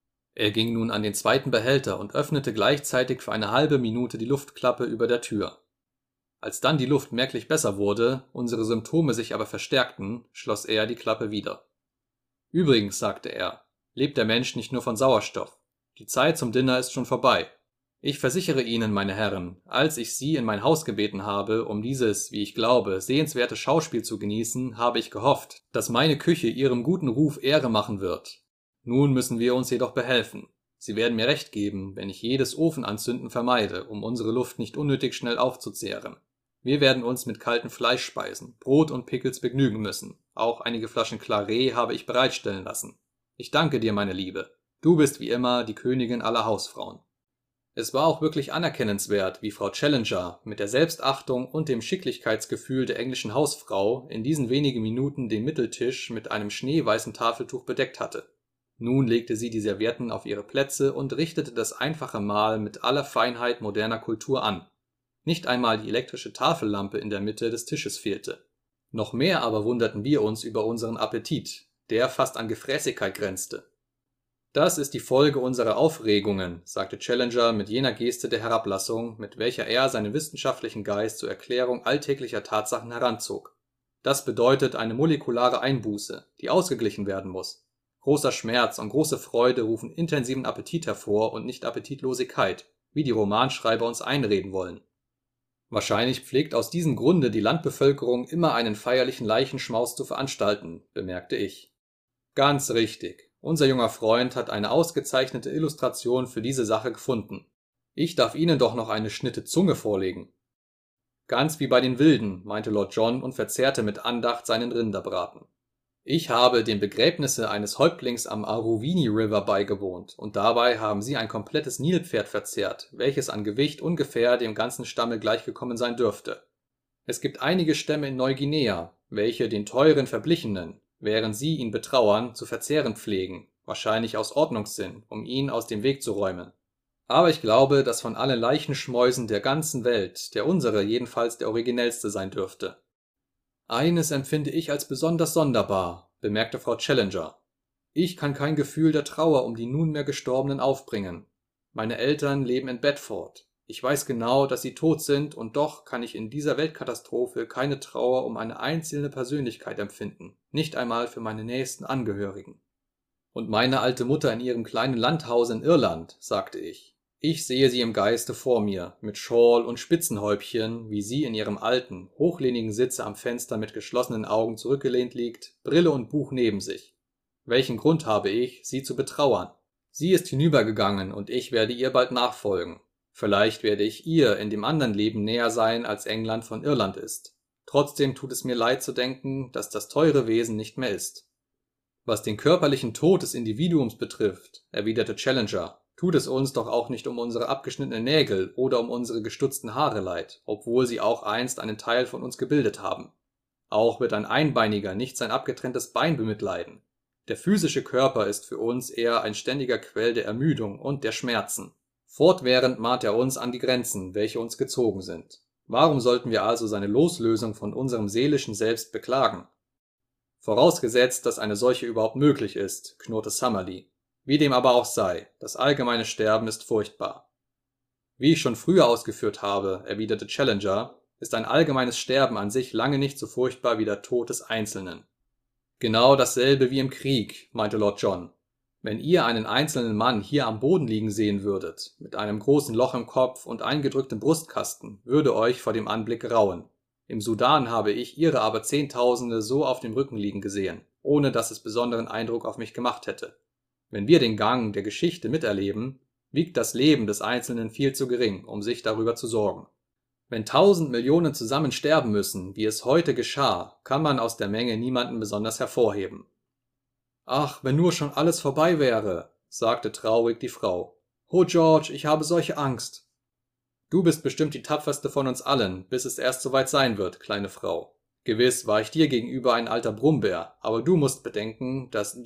Er ging nun an den zweiten Behälter und öffnete gleichzeitig für eine halbe Minute die Luftklappe über der Tür. Als dann die Luft merklich besser wurde, unsere Symptome sich aber verstärkten, schloss er die Klappe wieder. Übrigens, sagte er, lebt der Mensch nicht nur von Sauerstoff. Die Zeit zum Dinner ist schon vorbei. Ich versichere Ihnen, meine Herren, als ich Sie in mein Haus gebeten habe, um dieses, wie ich glaube, sehenswerte Schauspiel zu genießen, habe ich gehofft, dass meine Küche Ihrem guten Ruf Ehre machen wird. Nun müssen wir uns jedoch behelfen. Sie werden mir recht geben, wenn ich jedes Ofenanzünden vermeide, um unsere Luft nicht unnötig schnell aufzuzehren. Wir werden uns mit kalten Fleischspeisen, Brot und Pickles begnügen müssen. Auch einige Flaschen Claret habe ich bereitstellen lassen. Ich danke dir, meine Liebe. Du bist wie immer die Königin aller Hausfrauen. Es war auch wirklich anerkennenswert, wie Frau Challenger mit der Selbstachtung und dem Schicklichkeitsgefühl der englischen Hausfrau in diesen wenigen Minuten den Mitteltisch mit einem schneeweißen Tafeltuch bedeckt hatte. Nun legte sie die Servietten auf ihre Plätze und richtete das einfache Mahl mit aller Feinheit moderner Kultur an. Nicht einmal die elektrische Tafellampe in der Mitte des Tisches fehlte. Noch mehr aber wunderten wir uns über unseren Appetit, der fast an Gefräßigkeit grenzte. Das ist die Folge unserer Aufregungen, sagte Challenger mit jener Geste der Herablassung, mit welcher er seinen wissenschaftlichen Geist zur Erklärung alltäglicher Tatsachen heranzog. Das bedeutet eine molekulare Einbuße, die ausgeglichen werden muss. Großer Schmerz und große Freude rufen intensiven Appetit hervor und nicht Appetitlosigkeit, wie die Romanschreiber uns einreden wollen. Wahrscheinlich pflegt aus diesem Grunde die Landbevölkerung immer einen feierlichen Leichenschmaus zu veranstalten, bemerkte ich. Ganz richtig. Unser junger Freund hat eine ausgezeichnete Illustration für diese Sache gefunden. Ich darf Ihnen doch noch eine Schnitte Zunge vorlegen. Ganz wie bei den Wilden, meinte Lord John und verzehrte mit Andacht seinen Rinderbraten. Ich habe dem Begräbnisse eines Häuptlings am Aruvini River beigewohnt, und dabei haben sie ein komplettes Nilpferd verzehrt, welches an Gewicht ungefähr dem ganzen Stamme gleichgekommen sein dürfte. Es gibt einige Stämme in Neuguinea, welche den teuren Verblichenen, während sie ihn betrauern, zu verzehren pflegen, wahrscheinlich aus Ordnungssinn, um ihn aus dem Weg zu räumen. Aber ich glaube, dass von allen Leichenschmäusen der ganzen Welt der unsere jedenfalls der originellste sein dürfte. Eines empfinde ich als besonders sonderbar, bemerkte Frau Challenger. Ich kann kein Gefühl der Trauer um die nunmehr Gestorbenen aufbringen. Meine Eltern leben in Bedford. Ich weiß genau, dass sie tot sind, und doch kann ich in dieser Weltkatastrophe keine Trauer um eine einzelne Persönlichkeit empfinden, nicht einmal für meine nächsten Angehörigen. Und meine alte Mutter in ihrem kleinen Landhaus in Irland, sagte ich. Ich sehe sie im Geiste vor mir, mit Schal und Spitzenhäubchen, wie sie in ihrem alten, hochlehnigen Sitze am Fenster mit geschlossenen Augen zurückgelehnt liegt, Brille und Buch neben sich. Welchen Grund habe ich, sie zu betrauern? Sie ist hinübergegangen, und ich werde ihr bald nachfolgen. Vielleicht werde ich ihr in dem anderen Leben näher sein, als England von Irland ist. Trotzdem tut es mir leid zu denken, dass das teure Wesen nicht mehr ist. Was den körperlichen Tod des Individuums betrifft, erwiderte Challenger, tut es uns doch auch nicht um unsere abgeschnittenen Nägel oder um unsere gestutzten Haare leid, obwohl sie auch einst einen Teil von uns gebildet haben. Auch wird ein Einbeiniger nicht sein abgetrenntes Bein bemitleiden. Der physische Körper ist für uns eher ein ständiger Quell der Ermüdung und der Schmerzen. Fortwährend mahnt er uns an die Grenzen, welche uns gezogen sind. Warum sollten wir also seine Loslösung von unserem seelischen Selbst beklagen? Vorausgesetzt, dass eine solche überhaupt möglich ist, knurrte Summerlee. Wie dem aber auch sei, das allgemeine Sterben ist furchtbar. Wie ich schon früher ausgeführt habe, erwiderte Challenger, ist ein allgemeines Sterben an sich lange nicht so furchtbar wie der Tod des Einzelnen. Genau dasselbe wie im Krieg, meinte Lord John. Wenn ihr einen einzelnen Mann hier am Boden liegen sehen würdet, mit einem großen Loch im Kopf und eingedrücktem Brustkasten, würde euch vor dem Anblick rauen. Im Sudan habe ich ihre aber Zehntausende so auf dem Rücken liegen gesehen, ohne dass es besonderen Eindruck auf mich gemacht hätte. Wenn wir den Gang der Geschichte miterleben, wiegt das Leben des Einzelnen viel zu gering, um sich darüber zu sorgen. Wenn 1000 Millionen zusammen sterben müssen, wie es heute geschah, kann man aus der Menge niemanden besonders hervorheben. »Ach, wenn nur schon alles vorbei wäre«, sagte traurig die Frau. »Oh George, ich habe solche Angst.« »Du bist bestimmt die tapferste von uns allen, bis es erst soweit sein wird, kleine Frau. Gewiss war ich dir gegenüber ein alter Brummbär, aber du musst bedenken, dass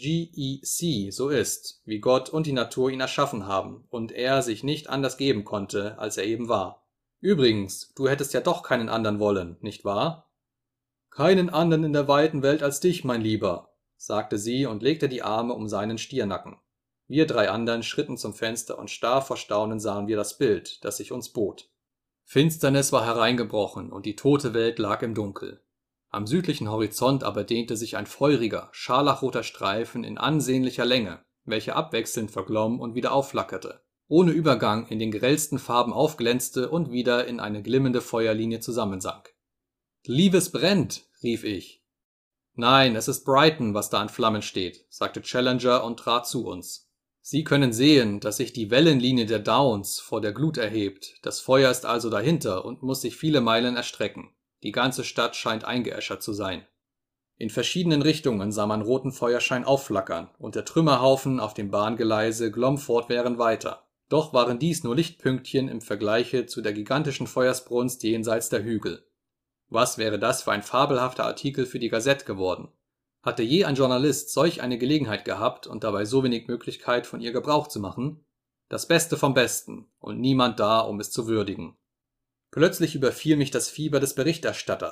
GEC so ist, wie Gott und die Natur ihn erschaffen haben und er sich nicht anders geben konnte, als er eben war. Übrigens, du hättest ja doch keinen anderen wollen, nicht wahr?« »Keinen anderen in der weiten Welt als dich, mein Lieber«, sagte sie und legte die Arme um seinen Stiernacken. Wir drei anderen schritten zum Fenster und starr vor Staunen sahen wir das Bild, das sich uns bot. Finsternis war hereingebrochen und die tote Welt lag im Dunkel. Am südlichen Horizont aber dehnte sich ein feuriger, scharlachroter Streifen in ansehnlicher Länge, welcher abwechselnd verglomm und wieder aufflackerte, ohne Übergang in den grellsten Farben aufglänzte und wieder in eine glimmende Feuerlinie zusammensank. »Liebes brennt«, rief ich. »Nein, es ist Brighton, was da an Flammen steht«, sagte Challenger und trat zu uns. »Sie können sehen, dass sich die Wellenlinie der Downs vor der Glut erhebt, das Feuer ist also dahinter und muss sich viele Meilen erstrecken. Die ganze Stadt scheint eingeäschert zu sein.« In verschiedenen Richtungen sah man roten Feuerschein aufflackern, und der Trümmerhaufen auf dem Bahngeleise glomm fortwährend weiter. Doch waren dies nur Lichtpünktchen im Vergleiche zu der gigantischen Feuersbrunst jenseits der Hügel. Was wäre das für ein fabelhafter Artikel für die Gazette geworden? Hatte je ein Journalist solch eine Gelegenheit gehabt und dabei so wenig Möglichkeit, von ihr Gebrauch zu machen? Das Beste vom Besten und niemand da, um es zu würdigen. Plötzlich überfiel mich das Fieber des Berichterstatters.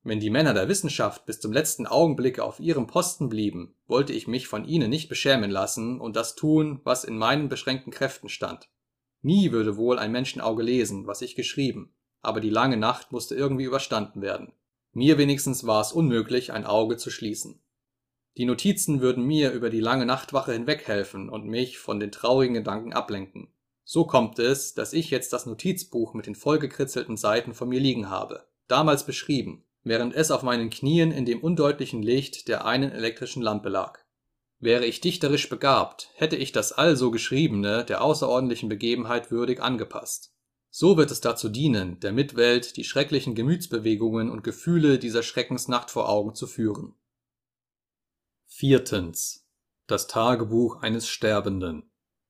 Wenn die Männer der Wissenschaft bis zum letzten Augenblick auf ihrem Posten blieben, wollte ich mich von ihnen nicht beschämen lassen und das tun, was in meinen beschränkten Kräften stand. Nie würde wohl ein Menschenauge lesen, was ich geschrieben, aber die lange Nacht musste irgendwie überstanden werden. Mir wenigstens war es unmöglich, ein Auge zu schließen. Die Notizen würden mir über die lange Nachtwache hinweghelfen und mich von den traurigen Gedanken ablenken. So kommt es, dass ich jetzt das Notizbuch mit den vollgekritzelten Seiten vor mir liegen habe, damals beschrieben, während es auf meinen Knien in dem undeutlichen Licht der einen elektrischen Lampe lag. Wäre ich dichterisch begabt, hätte ich das also Geschriebene der außerordentlichen Begebenheit würdig angepasst. So wird es dazu dienen, der Mitwelt die schrecklichen Gemütsbewegungen und Gefühle dieser Schreckensnacht vor Augen zu führen. 4. Das Tagebuch eines Sterbenden.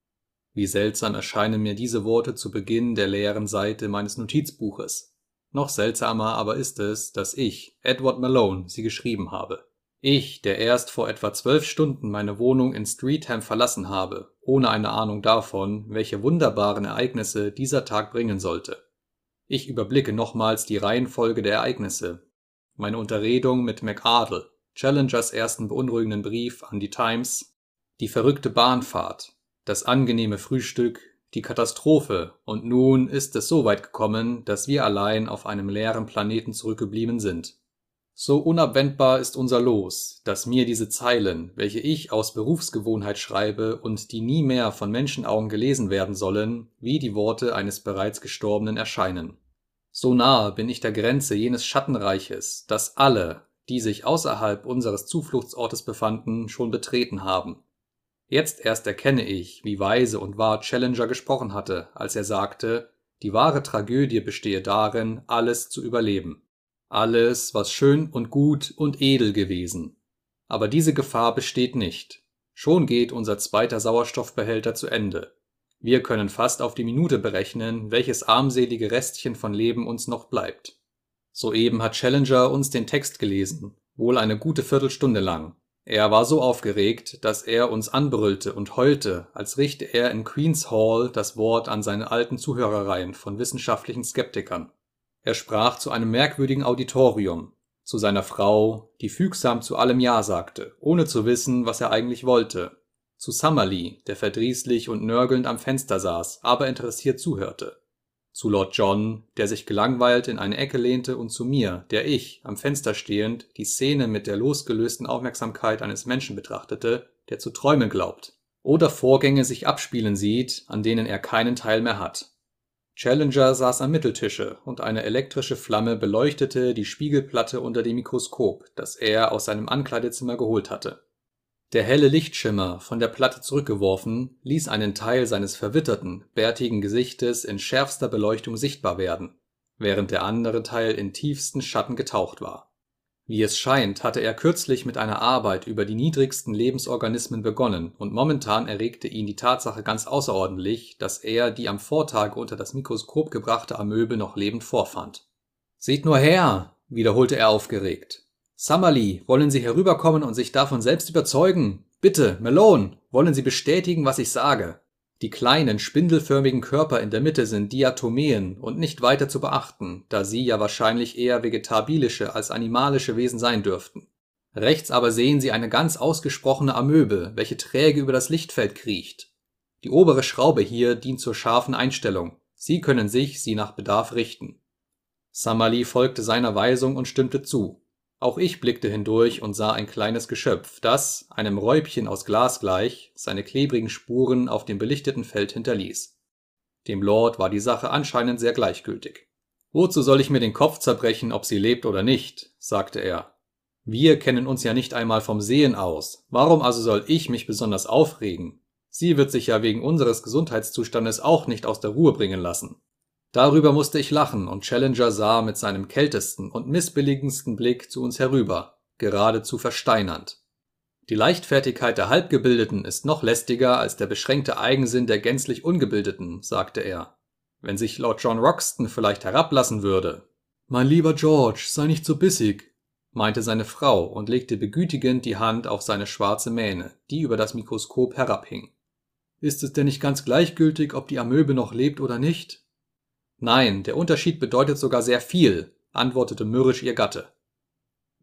Wie seltsam erscheinen mir diese Worte zu Beginn der leeren Seite meines Notizbuches. Noch seltsamer aber ist es, dass ich, Edward Malone, sie geschrieben habe. Ich, der erst vor etwa 12 Stunden meine Wohnung in Streatham verlassen habe, ohne eine Ahnung davon, welche wunderbaren Ereignisse dieser Tag bringen sollte. Ich überblicke nochmals die Reihenfolge der Ereignisse. Meine Unterredung mit McArdle, Challengers ersten beunruhigenden Brief an die Times, die verrückte Bahnfahrt, das angenehme Frühstück, die Katastrophe, und nun ist es so weit gekommen, dass wir allein auf einem leeren Planeten zurückgeblieben sind. So unabwendbar ist unser Los, dass mir diese Zeilen, welche ich aus Berufsgewohnheit schreibe und die nie mehr von Menschenaugen gelesen werden sollen, wie die Worte eines bereits Gestorbenen erscheinen. So nahe bin ich der Grenze jenes Schattenreiches, das alle, die sich außerhalb unseres Zufluchtsortes befanden, schon betreten haben. Jetzt erst erkenne ich, wie weise und wahr Challenger gesprochen hatte, als er sagte, die wahre Tragödie bestehe darin, alles zu überleben. Alles, was schön und gut und edel gewesen. Aber diese Gefahr besteht nicht. Schon geht unser zweiter Sauerstoffbehälter zu Ende. Wir können fast auf die Minute berechnen, welches armselige Restchen von Leben uns noch bleibt. Soeben hat Challenger uns den Text gelesen, wohl eine gute Viertelstunde lang. Er war so aufgeregt, dass er uns anbrüllte und heulte, als richte er in Queen's Hall das Wort an seine alten Zuhörerreihen von wissenschaftlichen Skeptikern. Er sprach zu einem merkwürdigen Auditorium, zu seiner Frau, die fügsam zu allem Ja sagte, ohne zu wissen, was er eigentlich wollte, zu Summerlee, der verdrießlich und nörgelnd am Fenster saß, aber interessiert zuhörte, zu Lord John, der sich gelangweilt in eine Ecke lehnte, und zu mir, der ich, am Fenster stehend, die Szene mit der losgelösten Aufmerksamkeit eines Menschen betrachtete, der zu träumen glaubt, oder Vorgänge sich abspielen sieht, an denen er keinen Teil mehr hat. Challenger saß am Mitteltische und eine elektrische Flamme beleuchtete die Spiegelplatte unter dem Mikroskop, das er aus seinem Ankleidezimmer geholt hatte. Der helle Lichtschimmer, von der Platte zurückgeworfen, ließ einen Teil seines verwitterten, bärtigen Gesichtes in schärfster Beleuchtung sichtbar werden, während der andere Teil in tiefsten Schatten getaucht war. Wie es scheint, hatte er kürzlich mit einer Arbeit über die niedrigsten Lebensorganismen begonnen, und momentan erregte ihn die Tatsache ganz außerordentlich, dass er die am Vortage unter das Mikroskop gebrachte Amöbe noch lebend vorfand. »Seht nur her«, wiederholte er aufgeregt. »Summerlee, wollen Sie herüberkommen und sich davon selbst überzeugen? Bitte, Malone, wollen Sie bestätigen, was ich sage? Die kleinen, spindelförmigen Körper in der Mitte sind Diatomeen und nicht weiter zu beachten, da sie ja wahrscheinlich eher vegetabilische als animalische Wesen sein dürften. Rechts aber sehen Sie eine ganz ausgesprochene Amöbe, welche träge über das Lichtfeld kriecht. Die obere Schraube hier dient zur scharfen Einstellung. Sie können sie nach Bedarf richten.« Summerlee folgte seiner Weisung und stimmte zu. Auch ich blickte hindurch und sah ein kleines Geschöpf, das, einem Räubchen aus Glas gleich, seine klebrigen Spuren auf dem belichteten Feld hinterließ. Dem Lord war die Sache anscheinend sehr gleichgültig. »Wozu soll ich mir den Kopf zerbrechen, ob sie lebt oder nicht?«, sagte er. »Wir kennen uns ja nicht einmal vom Sehen aus. Warum also soll ich mich besonders aufregen? Sie wird sich ja wegen unseres Gesundheitszustandes auch nicht aus der Ruhe bringen lassen.« Darüber musste ich lachen, und Challenger sah mit seinem kältesten und missbilligendsten Blick zu uns herüber, geradezu versteinernd. »Die Leichtfertigkeit der Halbgebildeten ist noch lästiger als der beschränkte Eigensinn der gänzlich Ungebildeten«, sagte er. »Wenn sich Lord John Roxton vielleicht herablassen würde.« »Mein lieber George, sei nicht so bissig«, meinte seine Frau und legte begütigend die Hand auf seine schwarze Mähne, die über das Mikroskop herabhing. »Ist es denn nicht ganz gleichgültig, ob die Amöbe noch lebt oder nicht?« »Nein, der Unterschied bedeutet sogar sehr viel«, antwortete mürrisch ihr Gatte.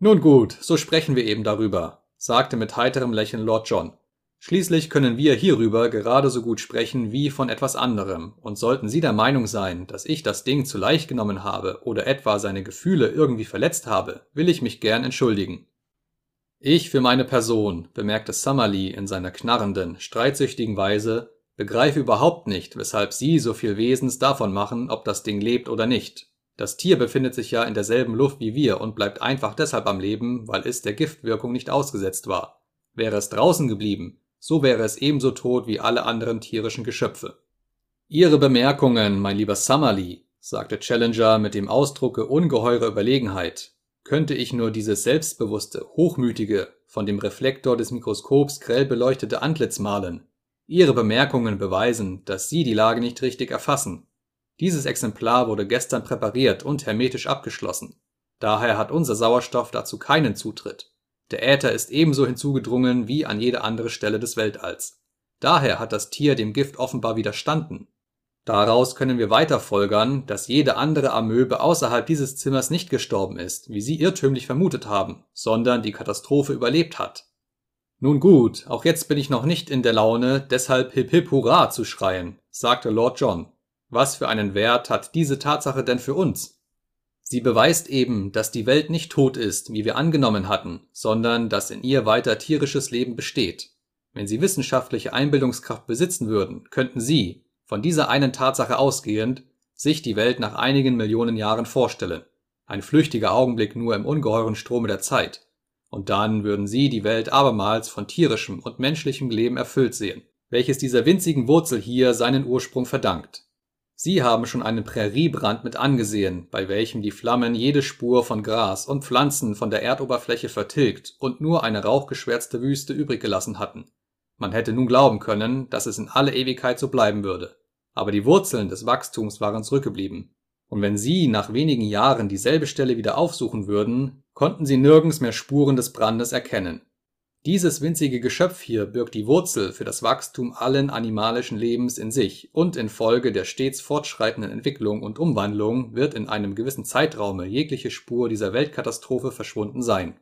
Nun gut, so sprechen wir eben darüber, sagte mit heiterem Lächeln Lord John. Schließlich können wir hierüber gerade so gut sprechen wie von etwas anderem, und sollten Sie der Meinung sein, dass ich das Ding zu leicht genommen habe oder etwa seine Gefühle irgendwie verletzt habe, will ich mich gern entschuldigen. Ich für meine Person, bemerkte Summerlee in seiner knarrenden, streitsüchtigen Weise, begreife überhaupt nicht, weshalb Sie so viel Wesens davon machen, ob das Ding lebt oder nicht. Das Tier befindet sich ja in derselben Luft wie wir und bleibt einfach deshalb am Leben, weil es der Giftwirkung nicht ausgesetzt war. Wäre es draußen geblieben, so wäre es ebenso tot wie alle anderen tierischen Geschöpfe. Ihre Bemerkungen, mein lieber Summerlee, sagte Challenger mit dem Ausdrucke ungeheurer Überlegenheit, könnte ich nur dieses selbstbewusste, hochmütige, von dem Reflektor des Mikroskops grell beleuchtete Antlitz malen. Ihre Bemerkungen beweisen, dass Sie die Lage nicht richtig erfassen. Dieses Exemplar wurde gestern präpariert und hermetisch abgeschlossen. Daher hat unser Sauerstoff dazu keinen Zutritt. Der Äther ist ebenso hinzugedrungen wie an jede andere Stelle des Weltalls. Daher hat das Tier dem Gift offenbar widerstanden. Daraus können wir weiter folgern, dass jede andere Amöbe außerhalb dieses Zimmers nicht gestorben ist, wie Sie irrtümlich vermutet haben, sondern die Katastrophe überlebt hat. Nun gut, auch jetzt bin ich noch nicht in der Laune, deshalb Hip Hip Hurra zu schreien, sagte Lord John. Was für einen Wert hat diese Tatsache denn für uns? Sie beweist eben, dass die Welt nicht tot ist, wie wir angenommen hatten, sondern dass in ihr weiter tierisches Leben besteht. Wenn Sie wissenschaftliche Einbildungskraft besitzen würden, könnten Sie, von dieser einen Tatsache ausgehend, sich die Welt nach einigen Millionen Jahren vorstellen. Ein flüchtiger Augenblick nur im ungeheuren Strome der Zeit. Und dann würden Sie die Welt abermals von tierischem und menschlichem Leben erfüllt sehen, welches dieser winzigen Wurzel hier seinen Ursprung verdankt. Sie haben schon einen Präriebrand mit angesehen, bei welchem die Flammen jede Spur von Gras und Pflanzen von der Erdoberfläche vertilgt und nur eine rauchgeschwärzte Wüste übrig gelassen hatten. Man hätte nun glauben können, dass es in alle Ewigkeit so bleiben würde. Aber die Wurzeln des Wachstums waren zurückgeblieben. Und wenn Sie nach wenigen Jahren dieselbe Stelle wieder aufsuchen würden, konnten Sie nirgends mehr Spuren des Brandes erkennen. Dieses winzige Geschöpf hier birgt die Wurzel für das Wachstum allen animalischen Lebens in sich und infolge der stets fortschreitenden Entwicklung und Umwandlung wird in einem gewissen Zeitraume jegliche Spur dieser Weltkatastrophe verschwunden sein.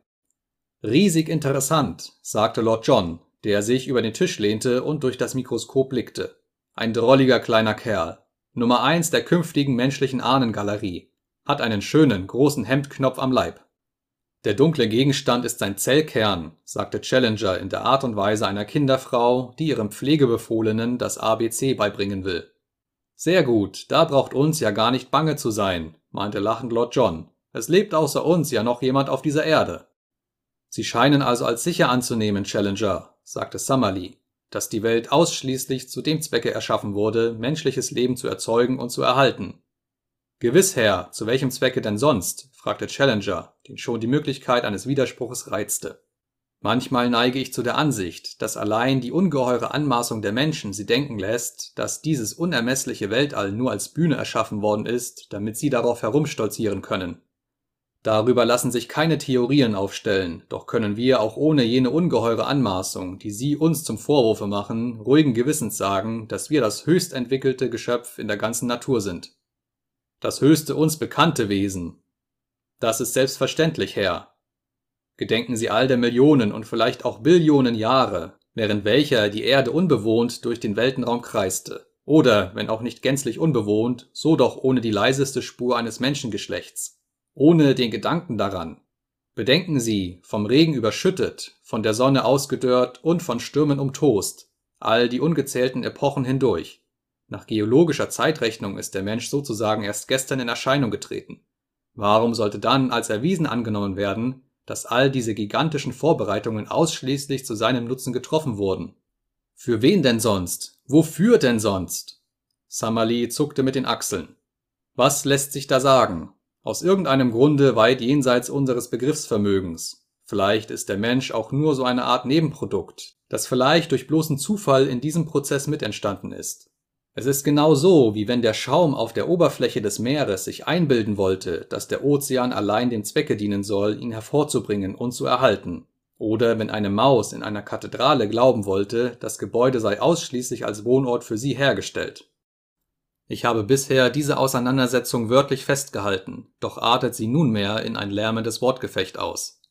Riesig interessant, sagte Lord John, der sich über den Tisch lehnte und durch das Mikroskop blickte. Ein drolliger kleiner Kerl. Nummer 1 der künftigen menschlichen Ahnengalerie. Hat einen schönen, großen Hemdknopf am Leib. Der dunkle Gegenstand ist sein Zellkern, sagte Challenger in der Art und Weise einer Kinderfrau, die ihrem Pflegebefohlenen das ABC beibringen will. Sehr gut, da braucht uns ja gar nicht bange zu sein, meinte lachend Lord John. Es lebt außer uns ja noch jemand auf dieser Erde. Sie scheinen also als sicher anzunehmen, Challenger, sagte Summerlee, dass die Welt ausschließlich zu dem Zwecke erschaffen wurde, menschliches Leben zu erzeugen und zu erhalten. Gewiss, Herr, zu welchem Zwecke denn sonst? Fragte Challenger, den schon die Möglichkeit eines Widerspruches reizte. Manchmal neige ich zu der Ansicht, dass allein die ungeheure Anmaßung der Menschen sie denken lässt, dass dieses unermessliche Weltall nur als Bühne erschaffen worden ist, damit sie darauf herumstolzieren können. Darüber lassen sich keine Theorien aufstellen, doch können wir auch ohne jene ungeheure Anmaßung, die Sie uns zum Vorwurfe machen, ruhigen Gewissens sagen, dass wir das höchst entwickelte Geschöpf in der ganzen Natur sind. Das höchste uns bekannte Wesen. Das ist selbstverständlich, Herr. Gedenken Sie all der Millionen und vielleicht auch Billionen Jahre, während welcher die Erde unbewohnt durch den Weltenraum kreiste. Oder, wenn auch nicht gänzlich unbewohnt, so doch ohne die leiseste Spur eines Menschengeschlechts. Ohne den Gedanken daran. Bedenken Sie, vom Regen überschüttet, von der Sonne ausgedörrt und von Stürmen umtost, all die ungezählten Epochen hindurch. Nach geologischer Zeitrechnung ist der Mensch sozusagen erst gestern in Erscheinung getreten. Warum sollte dann als erwiesen angenommen werden, dass all diese gigantischen Vorbereitungen ausschließlich zu seinem Nutzen getroffen wurden? Für wen denn sonst? Wofür denn sonst? Summerlee zuckte mit den Achseln. Was lässt sich da sagen? Aus irgendeinem Grunde weit jenseits unseres Begriffsvermögens. Vielleicht ist der Mensch auch nur so eine Art Nebenprodukt, das vielleicht durch bloßen Zufall in diesem Prozess mitentstanden ist. Es ist genau so, wie wenn der Schaum auf der Oberfläche des Meeres sich einbilden wollte, dass der Ozean allein dem Zwecke dienen soll, ihn hervorzubringen und zu erhalten. Oder wenn eine Maus in einer Kathedrale glauben wollte, das Gebäude sei ausschließlich als Wohnort für sie hergestellt. Ich habe bisher diese Auseinandersetzung wörtlich festgehalten, doch artet sie nunmehr in ein lärmendes Wortgefecht aus.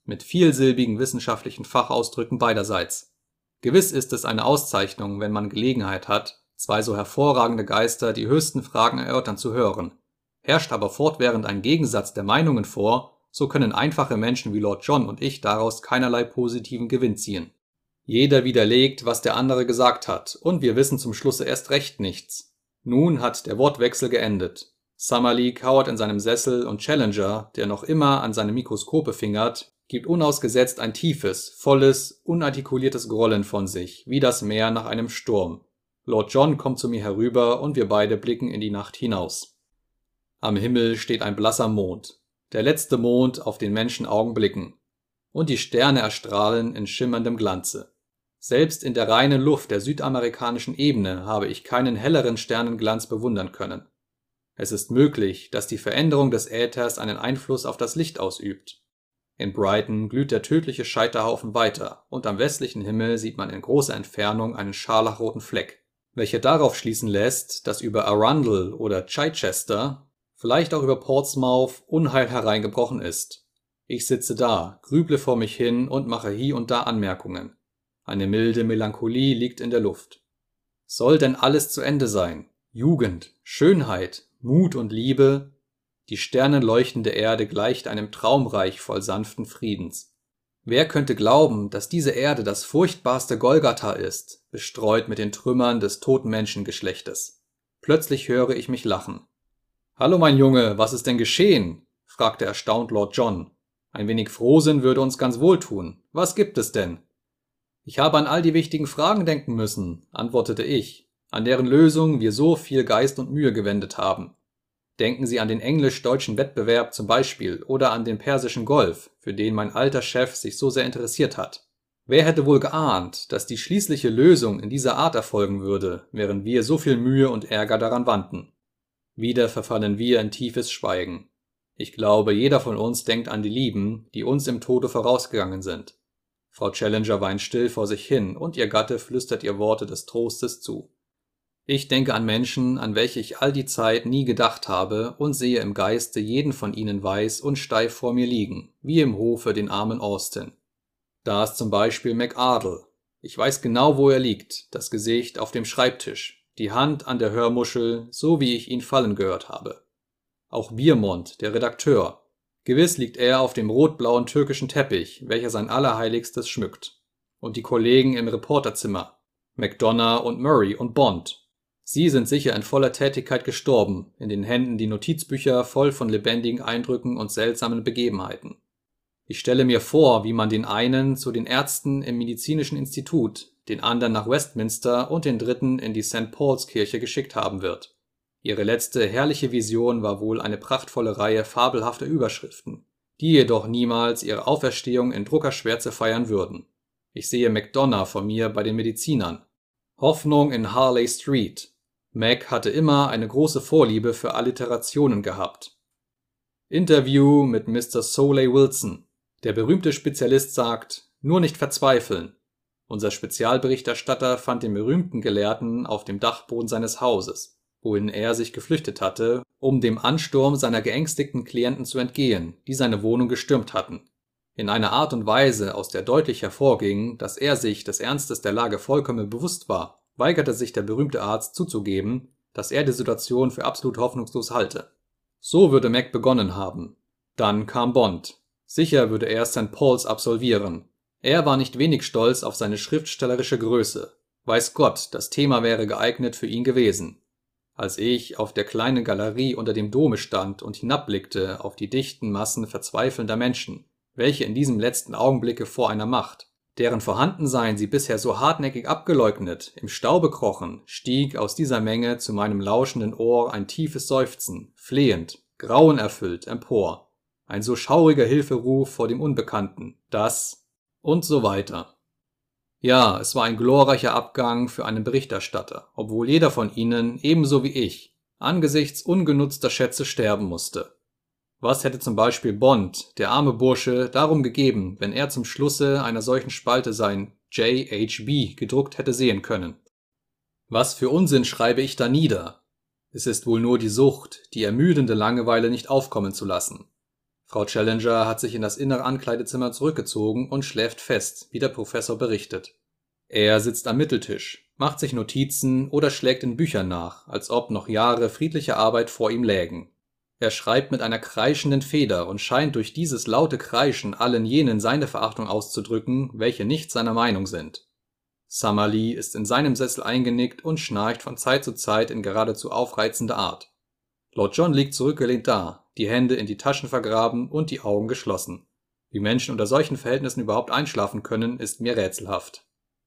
mit vielsilbigen wissenschaftlichen Fachausdrücken beiderseits. Gewiss ist es eine Auszeichnung, wenn man Gelegenheit hat, zwei so hervorragende Geister die höchsten Fragen erörtern zu hören. Herrscht aber fortwährend ein Gegensatz der Meinungen vor, so können einfache Menschen wie Lord John und ich daraus keinerlei positiven Gewinn ziehen. Jeder widerlegt, was der andere gesagt hat, und wir wissen zum Schlusse erst recht nichts. Nun hat der Wortwechsel geendet. Summerlee kauert in seinem Sessel und Challenger, der noch immer an seinem Mikroskope fingert, gibt unausgesetzt ein tiefes, volles, unartikuliertes Grollen von sich, wie das Meer nach einem Sturm. Lord John kommt zu mir herüber und wir beide blicken in die Nacht hinaus. Am Himmel steht ein blasser Mond, der letzte Mond, auf den Menschenaugen blicken, und die Sterne erstrahlen in schimmerndem Glanze. Selbst in der reinen Luft der südamerikanischen Ebene habe ich keinen helleren Sternenglanz bewundern können. Es ist möglich, dass die Veränderung des Äthers einen Einfluss auf das Licht ausübt. In Brighton glüht der tödliche Scheiterhaufen weiter, und am westlichen Himmel sieht man in großer Entfernung einen scharlachroten Fleck, welcher darauf schließen lässt, dass über Arundel oder Chichester, vielleicht auch über Portsmouth, Unheil hereingebrochen ist. Ich sitze da, grüble vor mich hin und mache hie und da Anmerkungen. Eine milde Melancholie liegt in der Luft. Soll denn alles zu Ende sein? Jugend, Schönheit, Mut und Liebe? Die sternenleuchtende Erde gleicht einem Traumreich voll sanften Friedens. Wer könnte glauben, dass diese Erde das furchtbarste Golgatha ist, bestreut mit den Trümmern des toten Menschengeschlechtes? Plötzlich höre ich mich lachen. »Hallo, mein Junge, was ist denn geschehen?« fragte erstaunt Lord John. »Ein wenig Frohsinn würde uns ganz wohltun. Was gibt es denn?« »Ich habe an all die wichtigen Fragen denken müssen«, antwortete ich, »an deren Lösung wir so viel Geist und Mühe gewendet haben. Denken Sie an den englisch-deutschen Wettbewerb zum Beispiel oder an den Persischen Golf, für den mein alter Chef sich so sehr interessiert hat. Wer hätte wohl geahnt, dass die schließliche Lösung in dieser Art erfolgen würde, während wir so viel Mühe und Ärger daran wandten?« Wieder verfallen wir in tiefes Schweigen. Ich glaube, jeder von uns denkt an die Lieben, die uns im Tode vorausgegangen sind. Frau Challenger weint still vor sich hin und ihr Gatte flüstert ihr Worte des Trostes zu. Ich denke an Menschen, an welche ich all die Zeit nie gedacht habe und sehe im Geiste jeden von ihnen weiß und steif vor mir liegen, wie im Hofe den armen Austin. Da ist zum Beispiel McArdle. Ich weiß genau, wo er liegt, das Gesicht auf dem Schreibtisch, die Hand an der Hörmuschel, so wie ich ihn fallen gehört habe. Auch Biermont, der Redakteur. Gewiss liegt er auf dem rot-blauen türkischen Teppich, welcher sein Allerheiligstes schmückt. Und die Kollegen im Reporterzimmer, McDonough und Murray und Bond. Sie sind sicher in voller Tätigkeit gestorben, in den Händen die Notizbücher voll von lebendigen Eindrücken und seltsamen Begebenheiten. Ich stelle mir vor, wie man den einen zu den Ärzten im medizinischen Institut, den anderen nach Westminster und den dritten in die St. Paul's Kirche geschickt haben wird. Ihre letzte herrliche Vision war wohl eine prachtvolle Reihe fabelhafter Überschriften, die jedoch niemals ihre Auferstehung in Druckerschwärze feiern würden. Ich sehe McDonough vor mir bei den Medizinern. Hoffnung in Harley Street. Mac hatte immer eine große Vorliebe für Alliterationen gehabt. Interview mit Mr. Soley Wilson. Der berühmte Spezialist sagt, nur nicht verzweifeln. Unser Spezialberichterstatter fand den berühmten Gelehrten auf dem Dachboden seines Hauses, wohin er sich geflüchtet hatte, um dem Ansturm seiner geängstigten Klienten zu entgehen, die seine Wohnung gestürmt hatten. In einer Art und Weise, aus der deutlich hervorging, dass er sich des Ernstes der Lage vollkommen bewusst war, weigerte sich der berühmte Arzt zuzugeben, dass er die Situation für absolut hoffnungslos halte. So würde Mac begonnen haben. Dann kam Bond. Sicher würde er St. Paul's absolvieren. Er war nicht wenig stolz auf seine schriftstellerische Größe. Weiß Gott, das Thema wäre geeignet für ihn gewesen. Als ich auf der kleinen Galerie unter dem Dome stand und hinabblickte auf die dichten Massen verzweifelnder Menschen, welche in diesem letzten Augenblicke vor einer Macht, deren Vorhandensein sie bisher so hartnäckig abgeleugnet, im Staube krochen, stieg aus dieser Menge zu meinem lauschenden Ohr ein tiefes Seufzen, flehend, grauenerfüllt, empor. Ein so schauriger Hilferuf vor dem Unbekannten, dass und so weiter. Ja, es war ein glorreicher Abgang für einen Berichterstatter, obwohl jeder von ihnen, ebenso wie ich, angesichts ungenutzter Schätze sterben musste. Was hätte zum Beispiel Bond, der arme Bursche, darum gegeben, wenn er zum Schlusse einer solchen Spalte sein J.H.B. gedruckt hätte sehen können? Was für Unsinn schreibe ich da nieder? Es ist wohl nur die Sucht, die ermüdende Langeweile nicht aufkommen zu lassen. Frau Challenger hat sich in das innere Ankleidezimmer zurückgezogen und schläft fest, wie der Professor berichtet. Er sitzt am Mitteltisch, macht sich Notizen oder schlägt in Büchern nach, als ob noch Jahre friedliche Arbeit vor ihm lägen. Er schreibt mit einer kreischenden Feder und scheint durch dieses laute Kreischen allen jenen seine Verachtung auszudrücken, welche nicht seiner Meinung sind. Summerlee ist in seinem Sessel eingenickt und schnarcht von Zeit zu Zeit in geradezu aufreizender Art. Lord John liegt zurückgelehnt da, die Hände in die Taschen vergraben und die Augen geschlossen. Wie Menschen unter solchen Verhältnissen überhaupt einschlafen können, ist mir rätselhaft.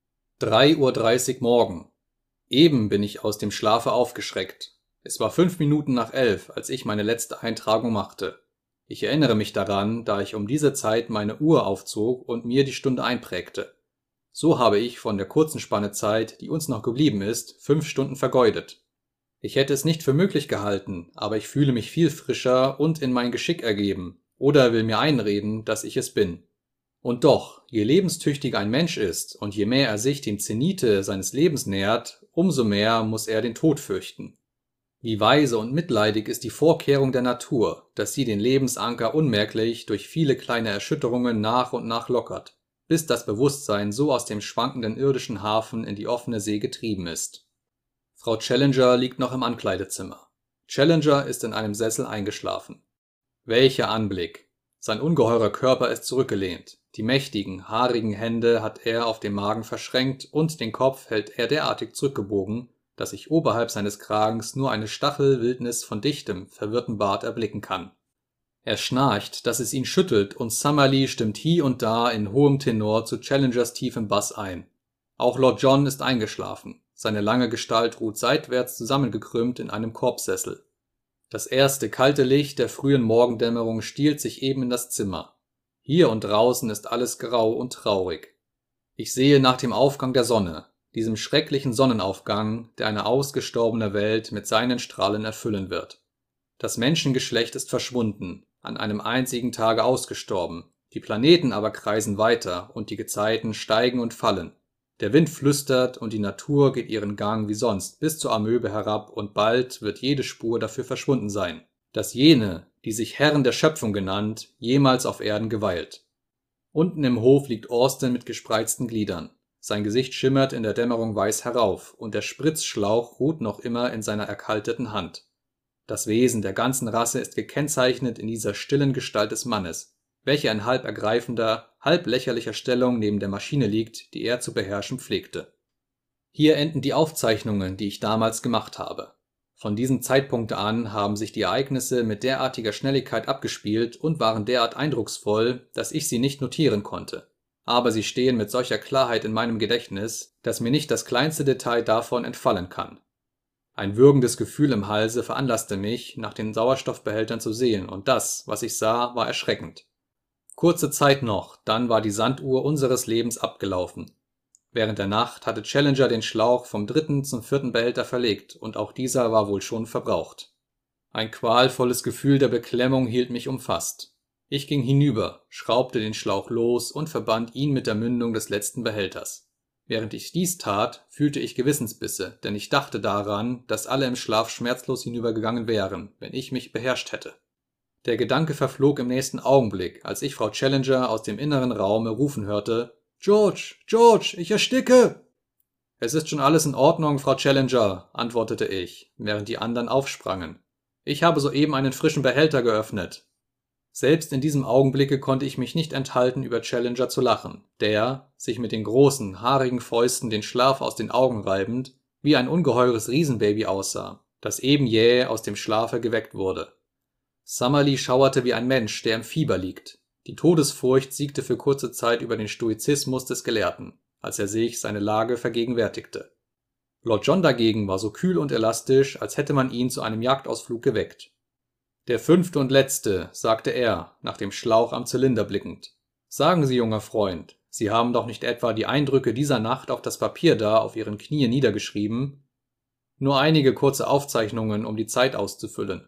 3:30 Uhr morgen. Eben bin ich aus dem Schlafe aufgeschreckt. Es war 11:05, als ich meine letzte Eintragung machte. Ich erinnere mich daran, da ich um diese Zeit meine Uhr aufzog und mir die Stunde einprägte. So habe ich von der kurzen Spanne Zeit, die uns noch geblieben ist, 5 Stunden vergeudet. Ich hätte es nicht für möglich gehalten, aber ich fühle mich viel frischer und in mein Geschick ergeben, oder will mir einreden, dass ich es bin. Und doch, je lebenstüchtiger ein Mensch ist und je mehr er sich dem Zenite seines Lebens nähert, umso mehr muss er den Tod fürchten. Wie weise und mitleidig ist die Vorkehrung der Natur, dass sie den Lebensanker unmerklich durch viele kleine Erschütterungen nach und nach lockert, bis das Bewusstsein so aus dem schwankenden irdischen Hafen in die offene See getrieben ist. Frau Challenger liegt noch im Ankleidezimmer. Challenger ist in einem Sessel eingeschlafen. Welcher Anblick! Sein ungeheurer Körper ist zurückgelehnt, die mächtigen, haarigen Hände hat er auf dem Magen verschränkt und den Kopf hält er derartig zurückgebogen, dass ich oberhalb seines Kragens nur eine Stachelwildnis von dichtem, verwirrtem Bart erblicken kann. Er schnarcht, dass es ihn schüttelt, und Summerlee stimmt hie und da in hohem Tenor zu Challengers tiefem Bass ein. Auch Lord John ist eingeschlafen. Seine lange Gestalt ruht seitwärts zusammengekrümmt in einem Korbsessel. Das erste kalte Licht der frühen Morgendämmerung stiehlt sich eben in das Zimmer. Hier und draußen ist alles grau und traurig. Ich sehe nach dem Aufgang der Sonne, diesem schrecklichen Sonnenaufgang, der eine ausgestorbene Welt mit seinen Strahlen erfüllen wird. Das Menschengeschlecht ist verschwunden, an einem einzigen Tage ausgestorben, die Planeten aber kreisen weiter und die Gezeiten steigen und fallen. Der Wind flüstert und die Natur geht ihren Gang wie sonst bis zur Amöbe herab und bald wird jede Spur dafür verschwunden sein, dass jene, die sich Herren der Schöpfung genannt, jemals auf Erden geweilt. Unten im Hof liegt Austin mit gespreizten Gliedern. Sein Gesicht schimmert in der Dämmerung weiß herauf und der Spritzschlauch ruht noch immer in seiner erkalteten Hand. Das Wesen der ganzen Rasse ist gekennzeichnet in dieser stillen Gestalt des Mannes, welcher in halb ergreifender, halb lächerlicher Stellung neben der Maschine liegt, die er zu beherrschen pflegte. Hier enden die Aufzeichnungen, die ich damals gemacht habe. Von diesem Zeitpunkt an haben sich die Ereignisse mit derartiger Schnelligkeit abgespielt und waren derart eindrucksvoll, dass ich sie nicht notieren konnte. Aber sie stehen mit solcher Klarheit in meinem Gedächtnis, dass mir nicht das kleinste Detail davon entfallen kann. Ein würgendes Gefühl im Halse veranlasste mich, nach den Sauerstoffbehältern zu sehen, und das, was ich sah, war erschreckend. Kurze Zeit noch, dann war die Sanduhr unseres Lebens abgelaufen. Während der Nacht hatte Challenger den Schlauch vom 3. zum 4. Behälter verlegt, und auch dieser war wohl schon verbraucht. Ein qualvolles Gefühl der Beklemmung hielt mich umfasst. Ich ging hinüber, schraubte den Schlauch los und verband ihn mit der Mündung des letzten Behälters. Während ich dies tat, fühlte ich Gewissensbisse, denn ich dachte daran, dass alle im Schlaf schmerzlos hinübergegangen wären, wenn ich mich beherrscht hätte. Der Gedanke verflog im nächsten Augenblick, als ich Frau Challenger aus dem inneren Raume rufen hörte: »George, George, ich ersticke!« »Es ist schon alles in Ordnung, Frau Challenger«, antwortete ich, während die anderen aufsprangen. »Ich habe soeben einen frischen Behälter geöffnet.« Selbst in diesem Augenblicke konnte ich mich nicht enthalten, über Challenger zu lachen, der, sich mit den großen, haarigen Fäusten den Schlaf aus den Augen reibend, wie ein ungeheures Riesenbaby aussah, das eben jäh aus dem Schlafe geweckt wurde. Summerlee schauerte wie ein Mensch, der im Fieber liegt. Die Todesfurcht siegte für kurze Zeit über den Stoizismus des Gelehrten, als er sich seine Lage vergegenwärtigte. Lord John dagegen war so kühl und elastisch, als hätte man ihn zu einem Jagdausflug geweckt. »Der 5. und letzte«, sagte er, nach dem Schlauch am Zylinder blickend. »Sagen Sie, junger Freund, Sie haben doch nicht etwa die Eindrücke dieser Nacht auf das Papier da auf Ihren Knien niedergeschrieben? Nur einige kurze Aufzeichnungen, um die Zeit auszufüllen.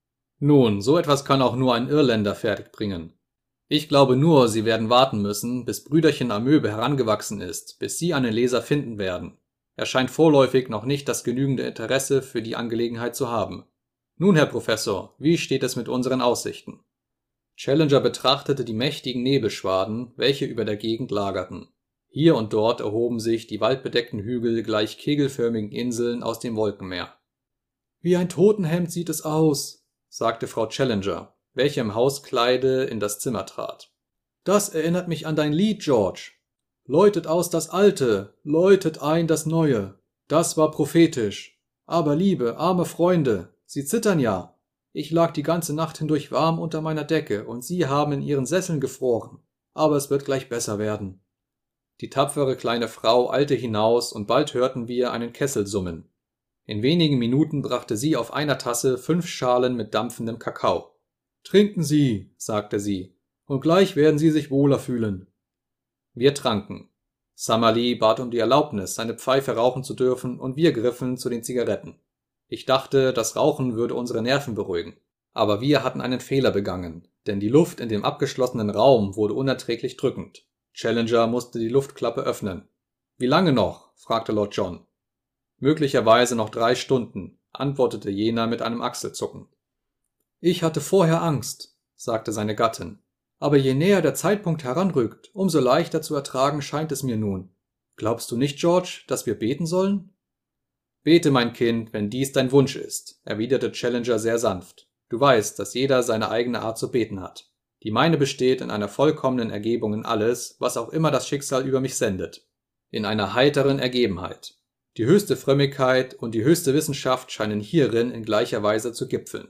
Nun, so etwas kann auch nur ein Irländer fertigbringen. Ich glaube nur, Sie werden warten müssen, bis Brüderchen Amöbe herangewachsen ist, bis Sie einen Leser finden werden. Er scheint vorläufig noch nicht das genügende Interesse für die Angelegenheit zu haben. Nun, Herr Professor, wie steht es mit unseren Aussichten?« Challenger betrachtete die mächtigen Nebelschwaden, welche über der Gegend lagerten. Hier und dort erhoben sich die waldbedeckten Hügel gleich kegelförmigen Inseln aus dem Wolkenmeer. »Wie ein Totenhemd sieht es aus«, sagte Frau Challenger, welche im Hauskleide in das Zimmer trat. »Das erinnert mich an dein Lied, George. Läutet aus das Alte, läutet ein das Neue. Das war prophetisch. Aber liebe, arme Freunde, Sie zittern ja. Ich lag die ganze Nacht hindurch warm unter meiner Decke und Sie haben in Ihren Sesseln gefroren. Aber es wird gleich besser werden.« Die tapfere kleine Frau eilte hinaus und bald hörten wir einen Kessel summen. In wenigen Minuten brachte sie auf einer Tasse 5 Schalen mit dampfendem Kakao. »Trinken Sie«, sagte sie, »und gleich werden Sie sich wohler fühlen.« Wir tranken. Summerlee bat um die Erlaubnis, seine Pfeife rauchen zu dürfen, und wir griffen zu den Zigaretten. Ich dachte, das Rauchen würde unsere Nerven beruhigen. Aber wir hatten einen Fehler begangen, denn die Luft in dem abgeschlossenen Raum wurde unerträglich drückend. Challenger musste die Luftklappe öffnen. »Wie lange noch?« fragte Lord John. »Möglicherweise noch 3 Stunden«, antwortete jener mit einem Achselzucken. »Ich hatte vorher Angst«, sagte seine Gattin. »Aber je näher der Zeitpunkt heranrückt, umso leichter zu ertragen scheint es mir nun. Glaubst du nicht, George, dass wir beten sollen?« »Bete, mein Kind, wenn dies dein Wunsch ist«, erwiderte Challenger sehr sanft. »Du weißt, dass jeder seine eigene Art zu beten hat. Die meine besteht in einer vollkommenen Ergebung in alles, was auch immer das Schicksal über mich sendet. In einer heiteren Ergebenheit. Die höchste Frömmigkeit und die höchste Wissenschaft scheinen hierin in gleicher Weise zu gipfeln.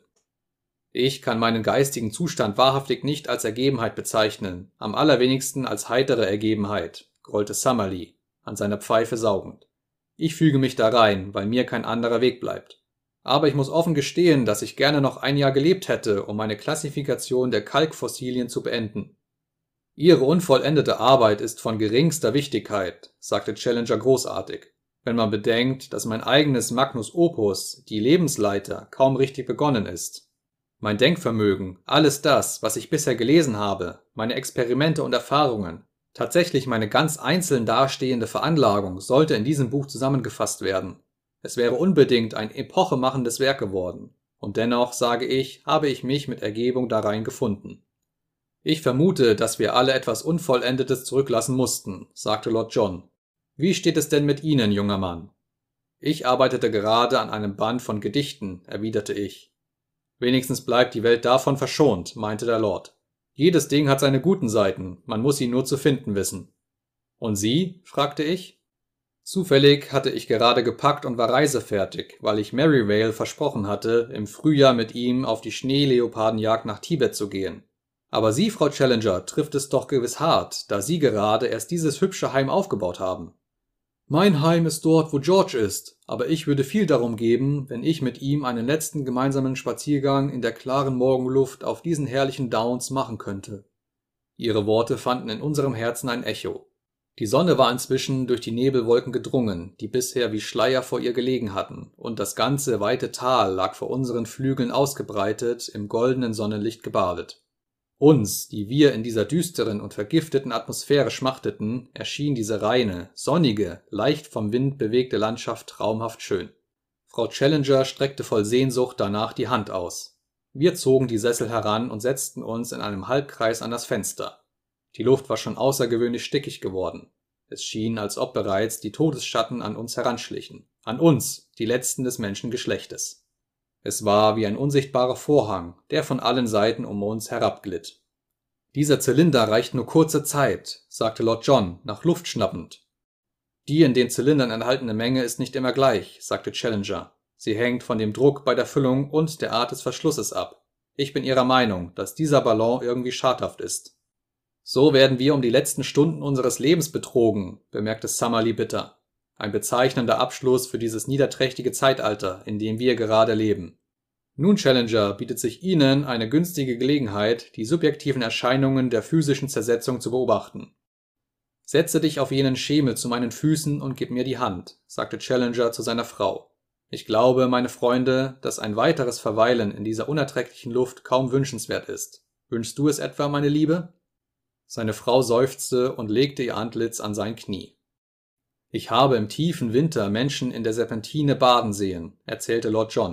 Ich kann meinen geistigen Zustand wahrhaftig nicht als Ergebenheit bezeichnen, am allerwenigsten als heitere Ergebenheit«, grollte Summerlee, an seiner Pfeife saugend. »Ich füge mich da rein, weil mir kein anderer Weg bleibt. Aber ich muss offen gestehen, dass ich gerne noch ein Jahr gelebt hätte, um meine Klassifikation der Kalkfossilien zu beenden.« »Ihre unvollendete Arbeit ist von geringster Wichtigkeit«, sagte Challenger großartig, »wenn man bedenkt, dass mein eigenes Magnus Opus, die Lebensleiter, kaum richtig begonnen ist. Mein Denkvermögen, alles das, was ich bisher gelesen habe, meine Experimente und Erfahrungen, tatsächlich meine ganz einzeln dastehende Veranlagung sollte in diesem Buch zusammengefasst werden. Es wäre unbedingt ein epochemachendes Werk geworden. Und dennoch, sage ich, habe ich mich mit Ergebung darein gefunden.« »Ich vermute, dass wir alle etwas Unvollendetes zurücklassen mussten«, sagte Lord John. »Wie steht es denn mit Ihnen, junger Mann?« »Ich arbeitete gerade an einem Band von Gedichten«, erwiderte ich. »Wenigstens bleibt die Welt davon verschont«, meinte der Lord. »Jedes Ding hat seine guten Seiten, man muss sie nur zu finden wissen.« »Und Sie?«, fragte ich. Zufällig hatte ich gerade gepackt und war reisefertig, weil ich Merivale versprochen hatte, im Frühjahr mit ihm auf die Schneeleopardenjagd nach Tibet zu gehen. Aber Sie, Frau Challenger, trifft es doch gewiss hart, da Sie gerade erst dieses hübsche Heim aufgebaut haben.« »Mein Heim ist dort, wo George ist, aber ich würde viel darum geben, wenn ich mit ihm einen letzten gemeinsamen Spaziergang in der klaren Morgenluft auf diesen herrlichen Downs machen könnte.« Ihre Worte fanden in unserem Herzen ein Echo. Die Sonne war inzwischen durch die Nebelwolken gedrungen, die bisher wie Schleier vor ihr gelegen hatten, und das ganze weite Tal lag vor unseren Flügeln ausgebreitet, im goldenen Sonnenlicht gebadet. Uns, die wir in dieser düsteren und vergifteten Atmosphäre schmachteten, erschien diese reine, sonnige, leicht vom Wind bewegte Landschaft traumhaft schön. Frau Challenger streckte voll Sehnsucht danach die Hand aus. Wir zogen die Sessel heran und setzten uns in einem Halbkreis an das Fenster. Die Luft war schon außergewöhnlich stickig geworden. Es schien, als ob bereits die Todesschatten an uns heranschlichen. An uns, die Letzten des Menschengeschlechtes. Es war wie ein unsichtbarer Vorhang, der von allen Seiten um uns herabglitt. »Dieser Zylinder reicht nur kurze Zeit«, sagte Lord John, nach Luft schnappend. »Die in den Zylindern enthaltene Menge ist nicht immer gleich«, sagte Challenger. »Sie hängt von dem Druck bei der Füllung und der Art des Verschlusses ab. Ich bin Ihrer Meinung, dass dieser Ballon irgendwie schadhaft ist.« »So werden wir um die letzten Stunden unseres Lebens betrogen«, bemerkte Summerlee bitter. »Ein bezeichnender Abschluss für dieses niederträchtige Zeitalter, in dem wir gerade leben. Nun, Challenger, bietet sich Ihnen eine günstige Gelegenheit, die subjektiven Erscheinungen der physischen Zersetzung zu beobachten. Setze dich auf jenen Schemel zu meinen Füßen und gib mir die Hand«, sagte Challenger zu seiner Frau. »Ich glaube, meine Freunde, dass ein weiteres Verweilen in dieser unerträglichen Luft kaum wünschenswert ist. Wünschst du es etwa, meine Liebe?« Seine Frau seufzte und legte ihr Antlitz an sein Knie. »Ich habe im tiefen Winter Menschen in der Serpentine baden sehen«, erzählte Lord John.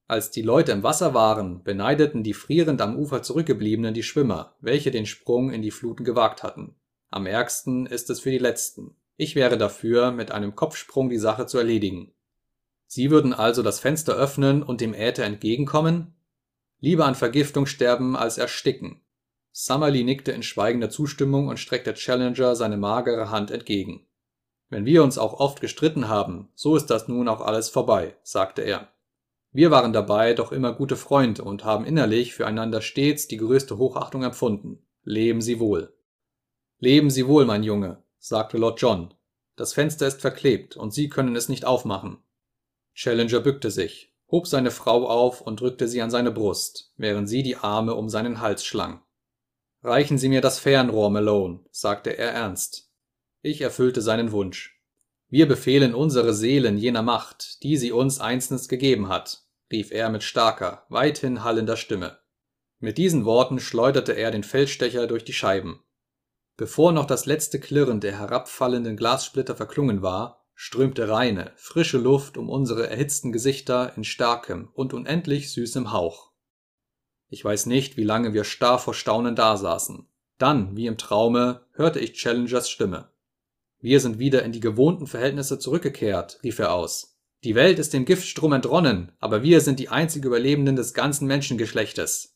Als die Leute im Wasser waren, beneideten die frierend am Ufer Zurückgebliebenen die Schwimmer, welche den Sprung in die Fluten gewagt hatten. Am ärgsten ist es für die Letzten. Ich wäre dafür, mit einem Kopfsprung die Sache zu erledigen. Sie würden also das Fenster öffnen und dem Äther entgegenkommen? Lieber an Vergiftung sterben als ersticken. Summerlee nickte in schweigender Zustimmung und streckte Challenger seine magere Hand entgegen. Wenn wir uns auch oft gestritten haben, so ist das nun auch alles vorbei, sagte er. Wir waren dabei doch immer gute Freunde und haben innerlich füreinander stets die größte Hochachtung empfunden. Leben Sie wohl. Leben Sie wohl, mein Junge, sagte Lord John. Das Fenster ist verklebt und Sie können es nicht aufmachen. Challenger bückte sich, hob seine Frau auf und drückte sie an seine Brust, während sie die Arme um seinen Hals schlang. Reichen Sie mir das Fernrohr, Malone, sagte er ernst. Ich erfüllte seinen Wunsch. Wir befehlen unsere Seelen jener Macht, die sie uns einstens gegeben hat, rief er mit starker, weithin hallender Stimme. Mit diesen Worten schleuderte er den Feldstecher durch die Scheiben. Bevor noch das letzte Klirren der herabfallenden Glassplitter verklungen war, strömte reine, frische Luft um unsere erhitzten Gesichter in starkem und unendlich süßem Hauch. Ich weiß nicht, wie lange wir starr vor Staunen dasaßen. Dann, wie im Traume, hörte ich Challengers Stimme. Wir sind wieder in die gewohnten Verhältnisse zurückgekehrt, rief er aus. Die Welt ist dem Giftstrom entronnen, aber wir sind die einzigen Überlebenden des ganzen Menschengeschlechtes.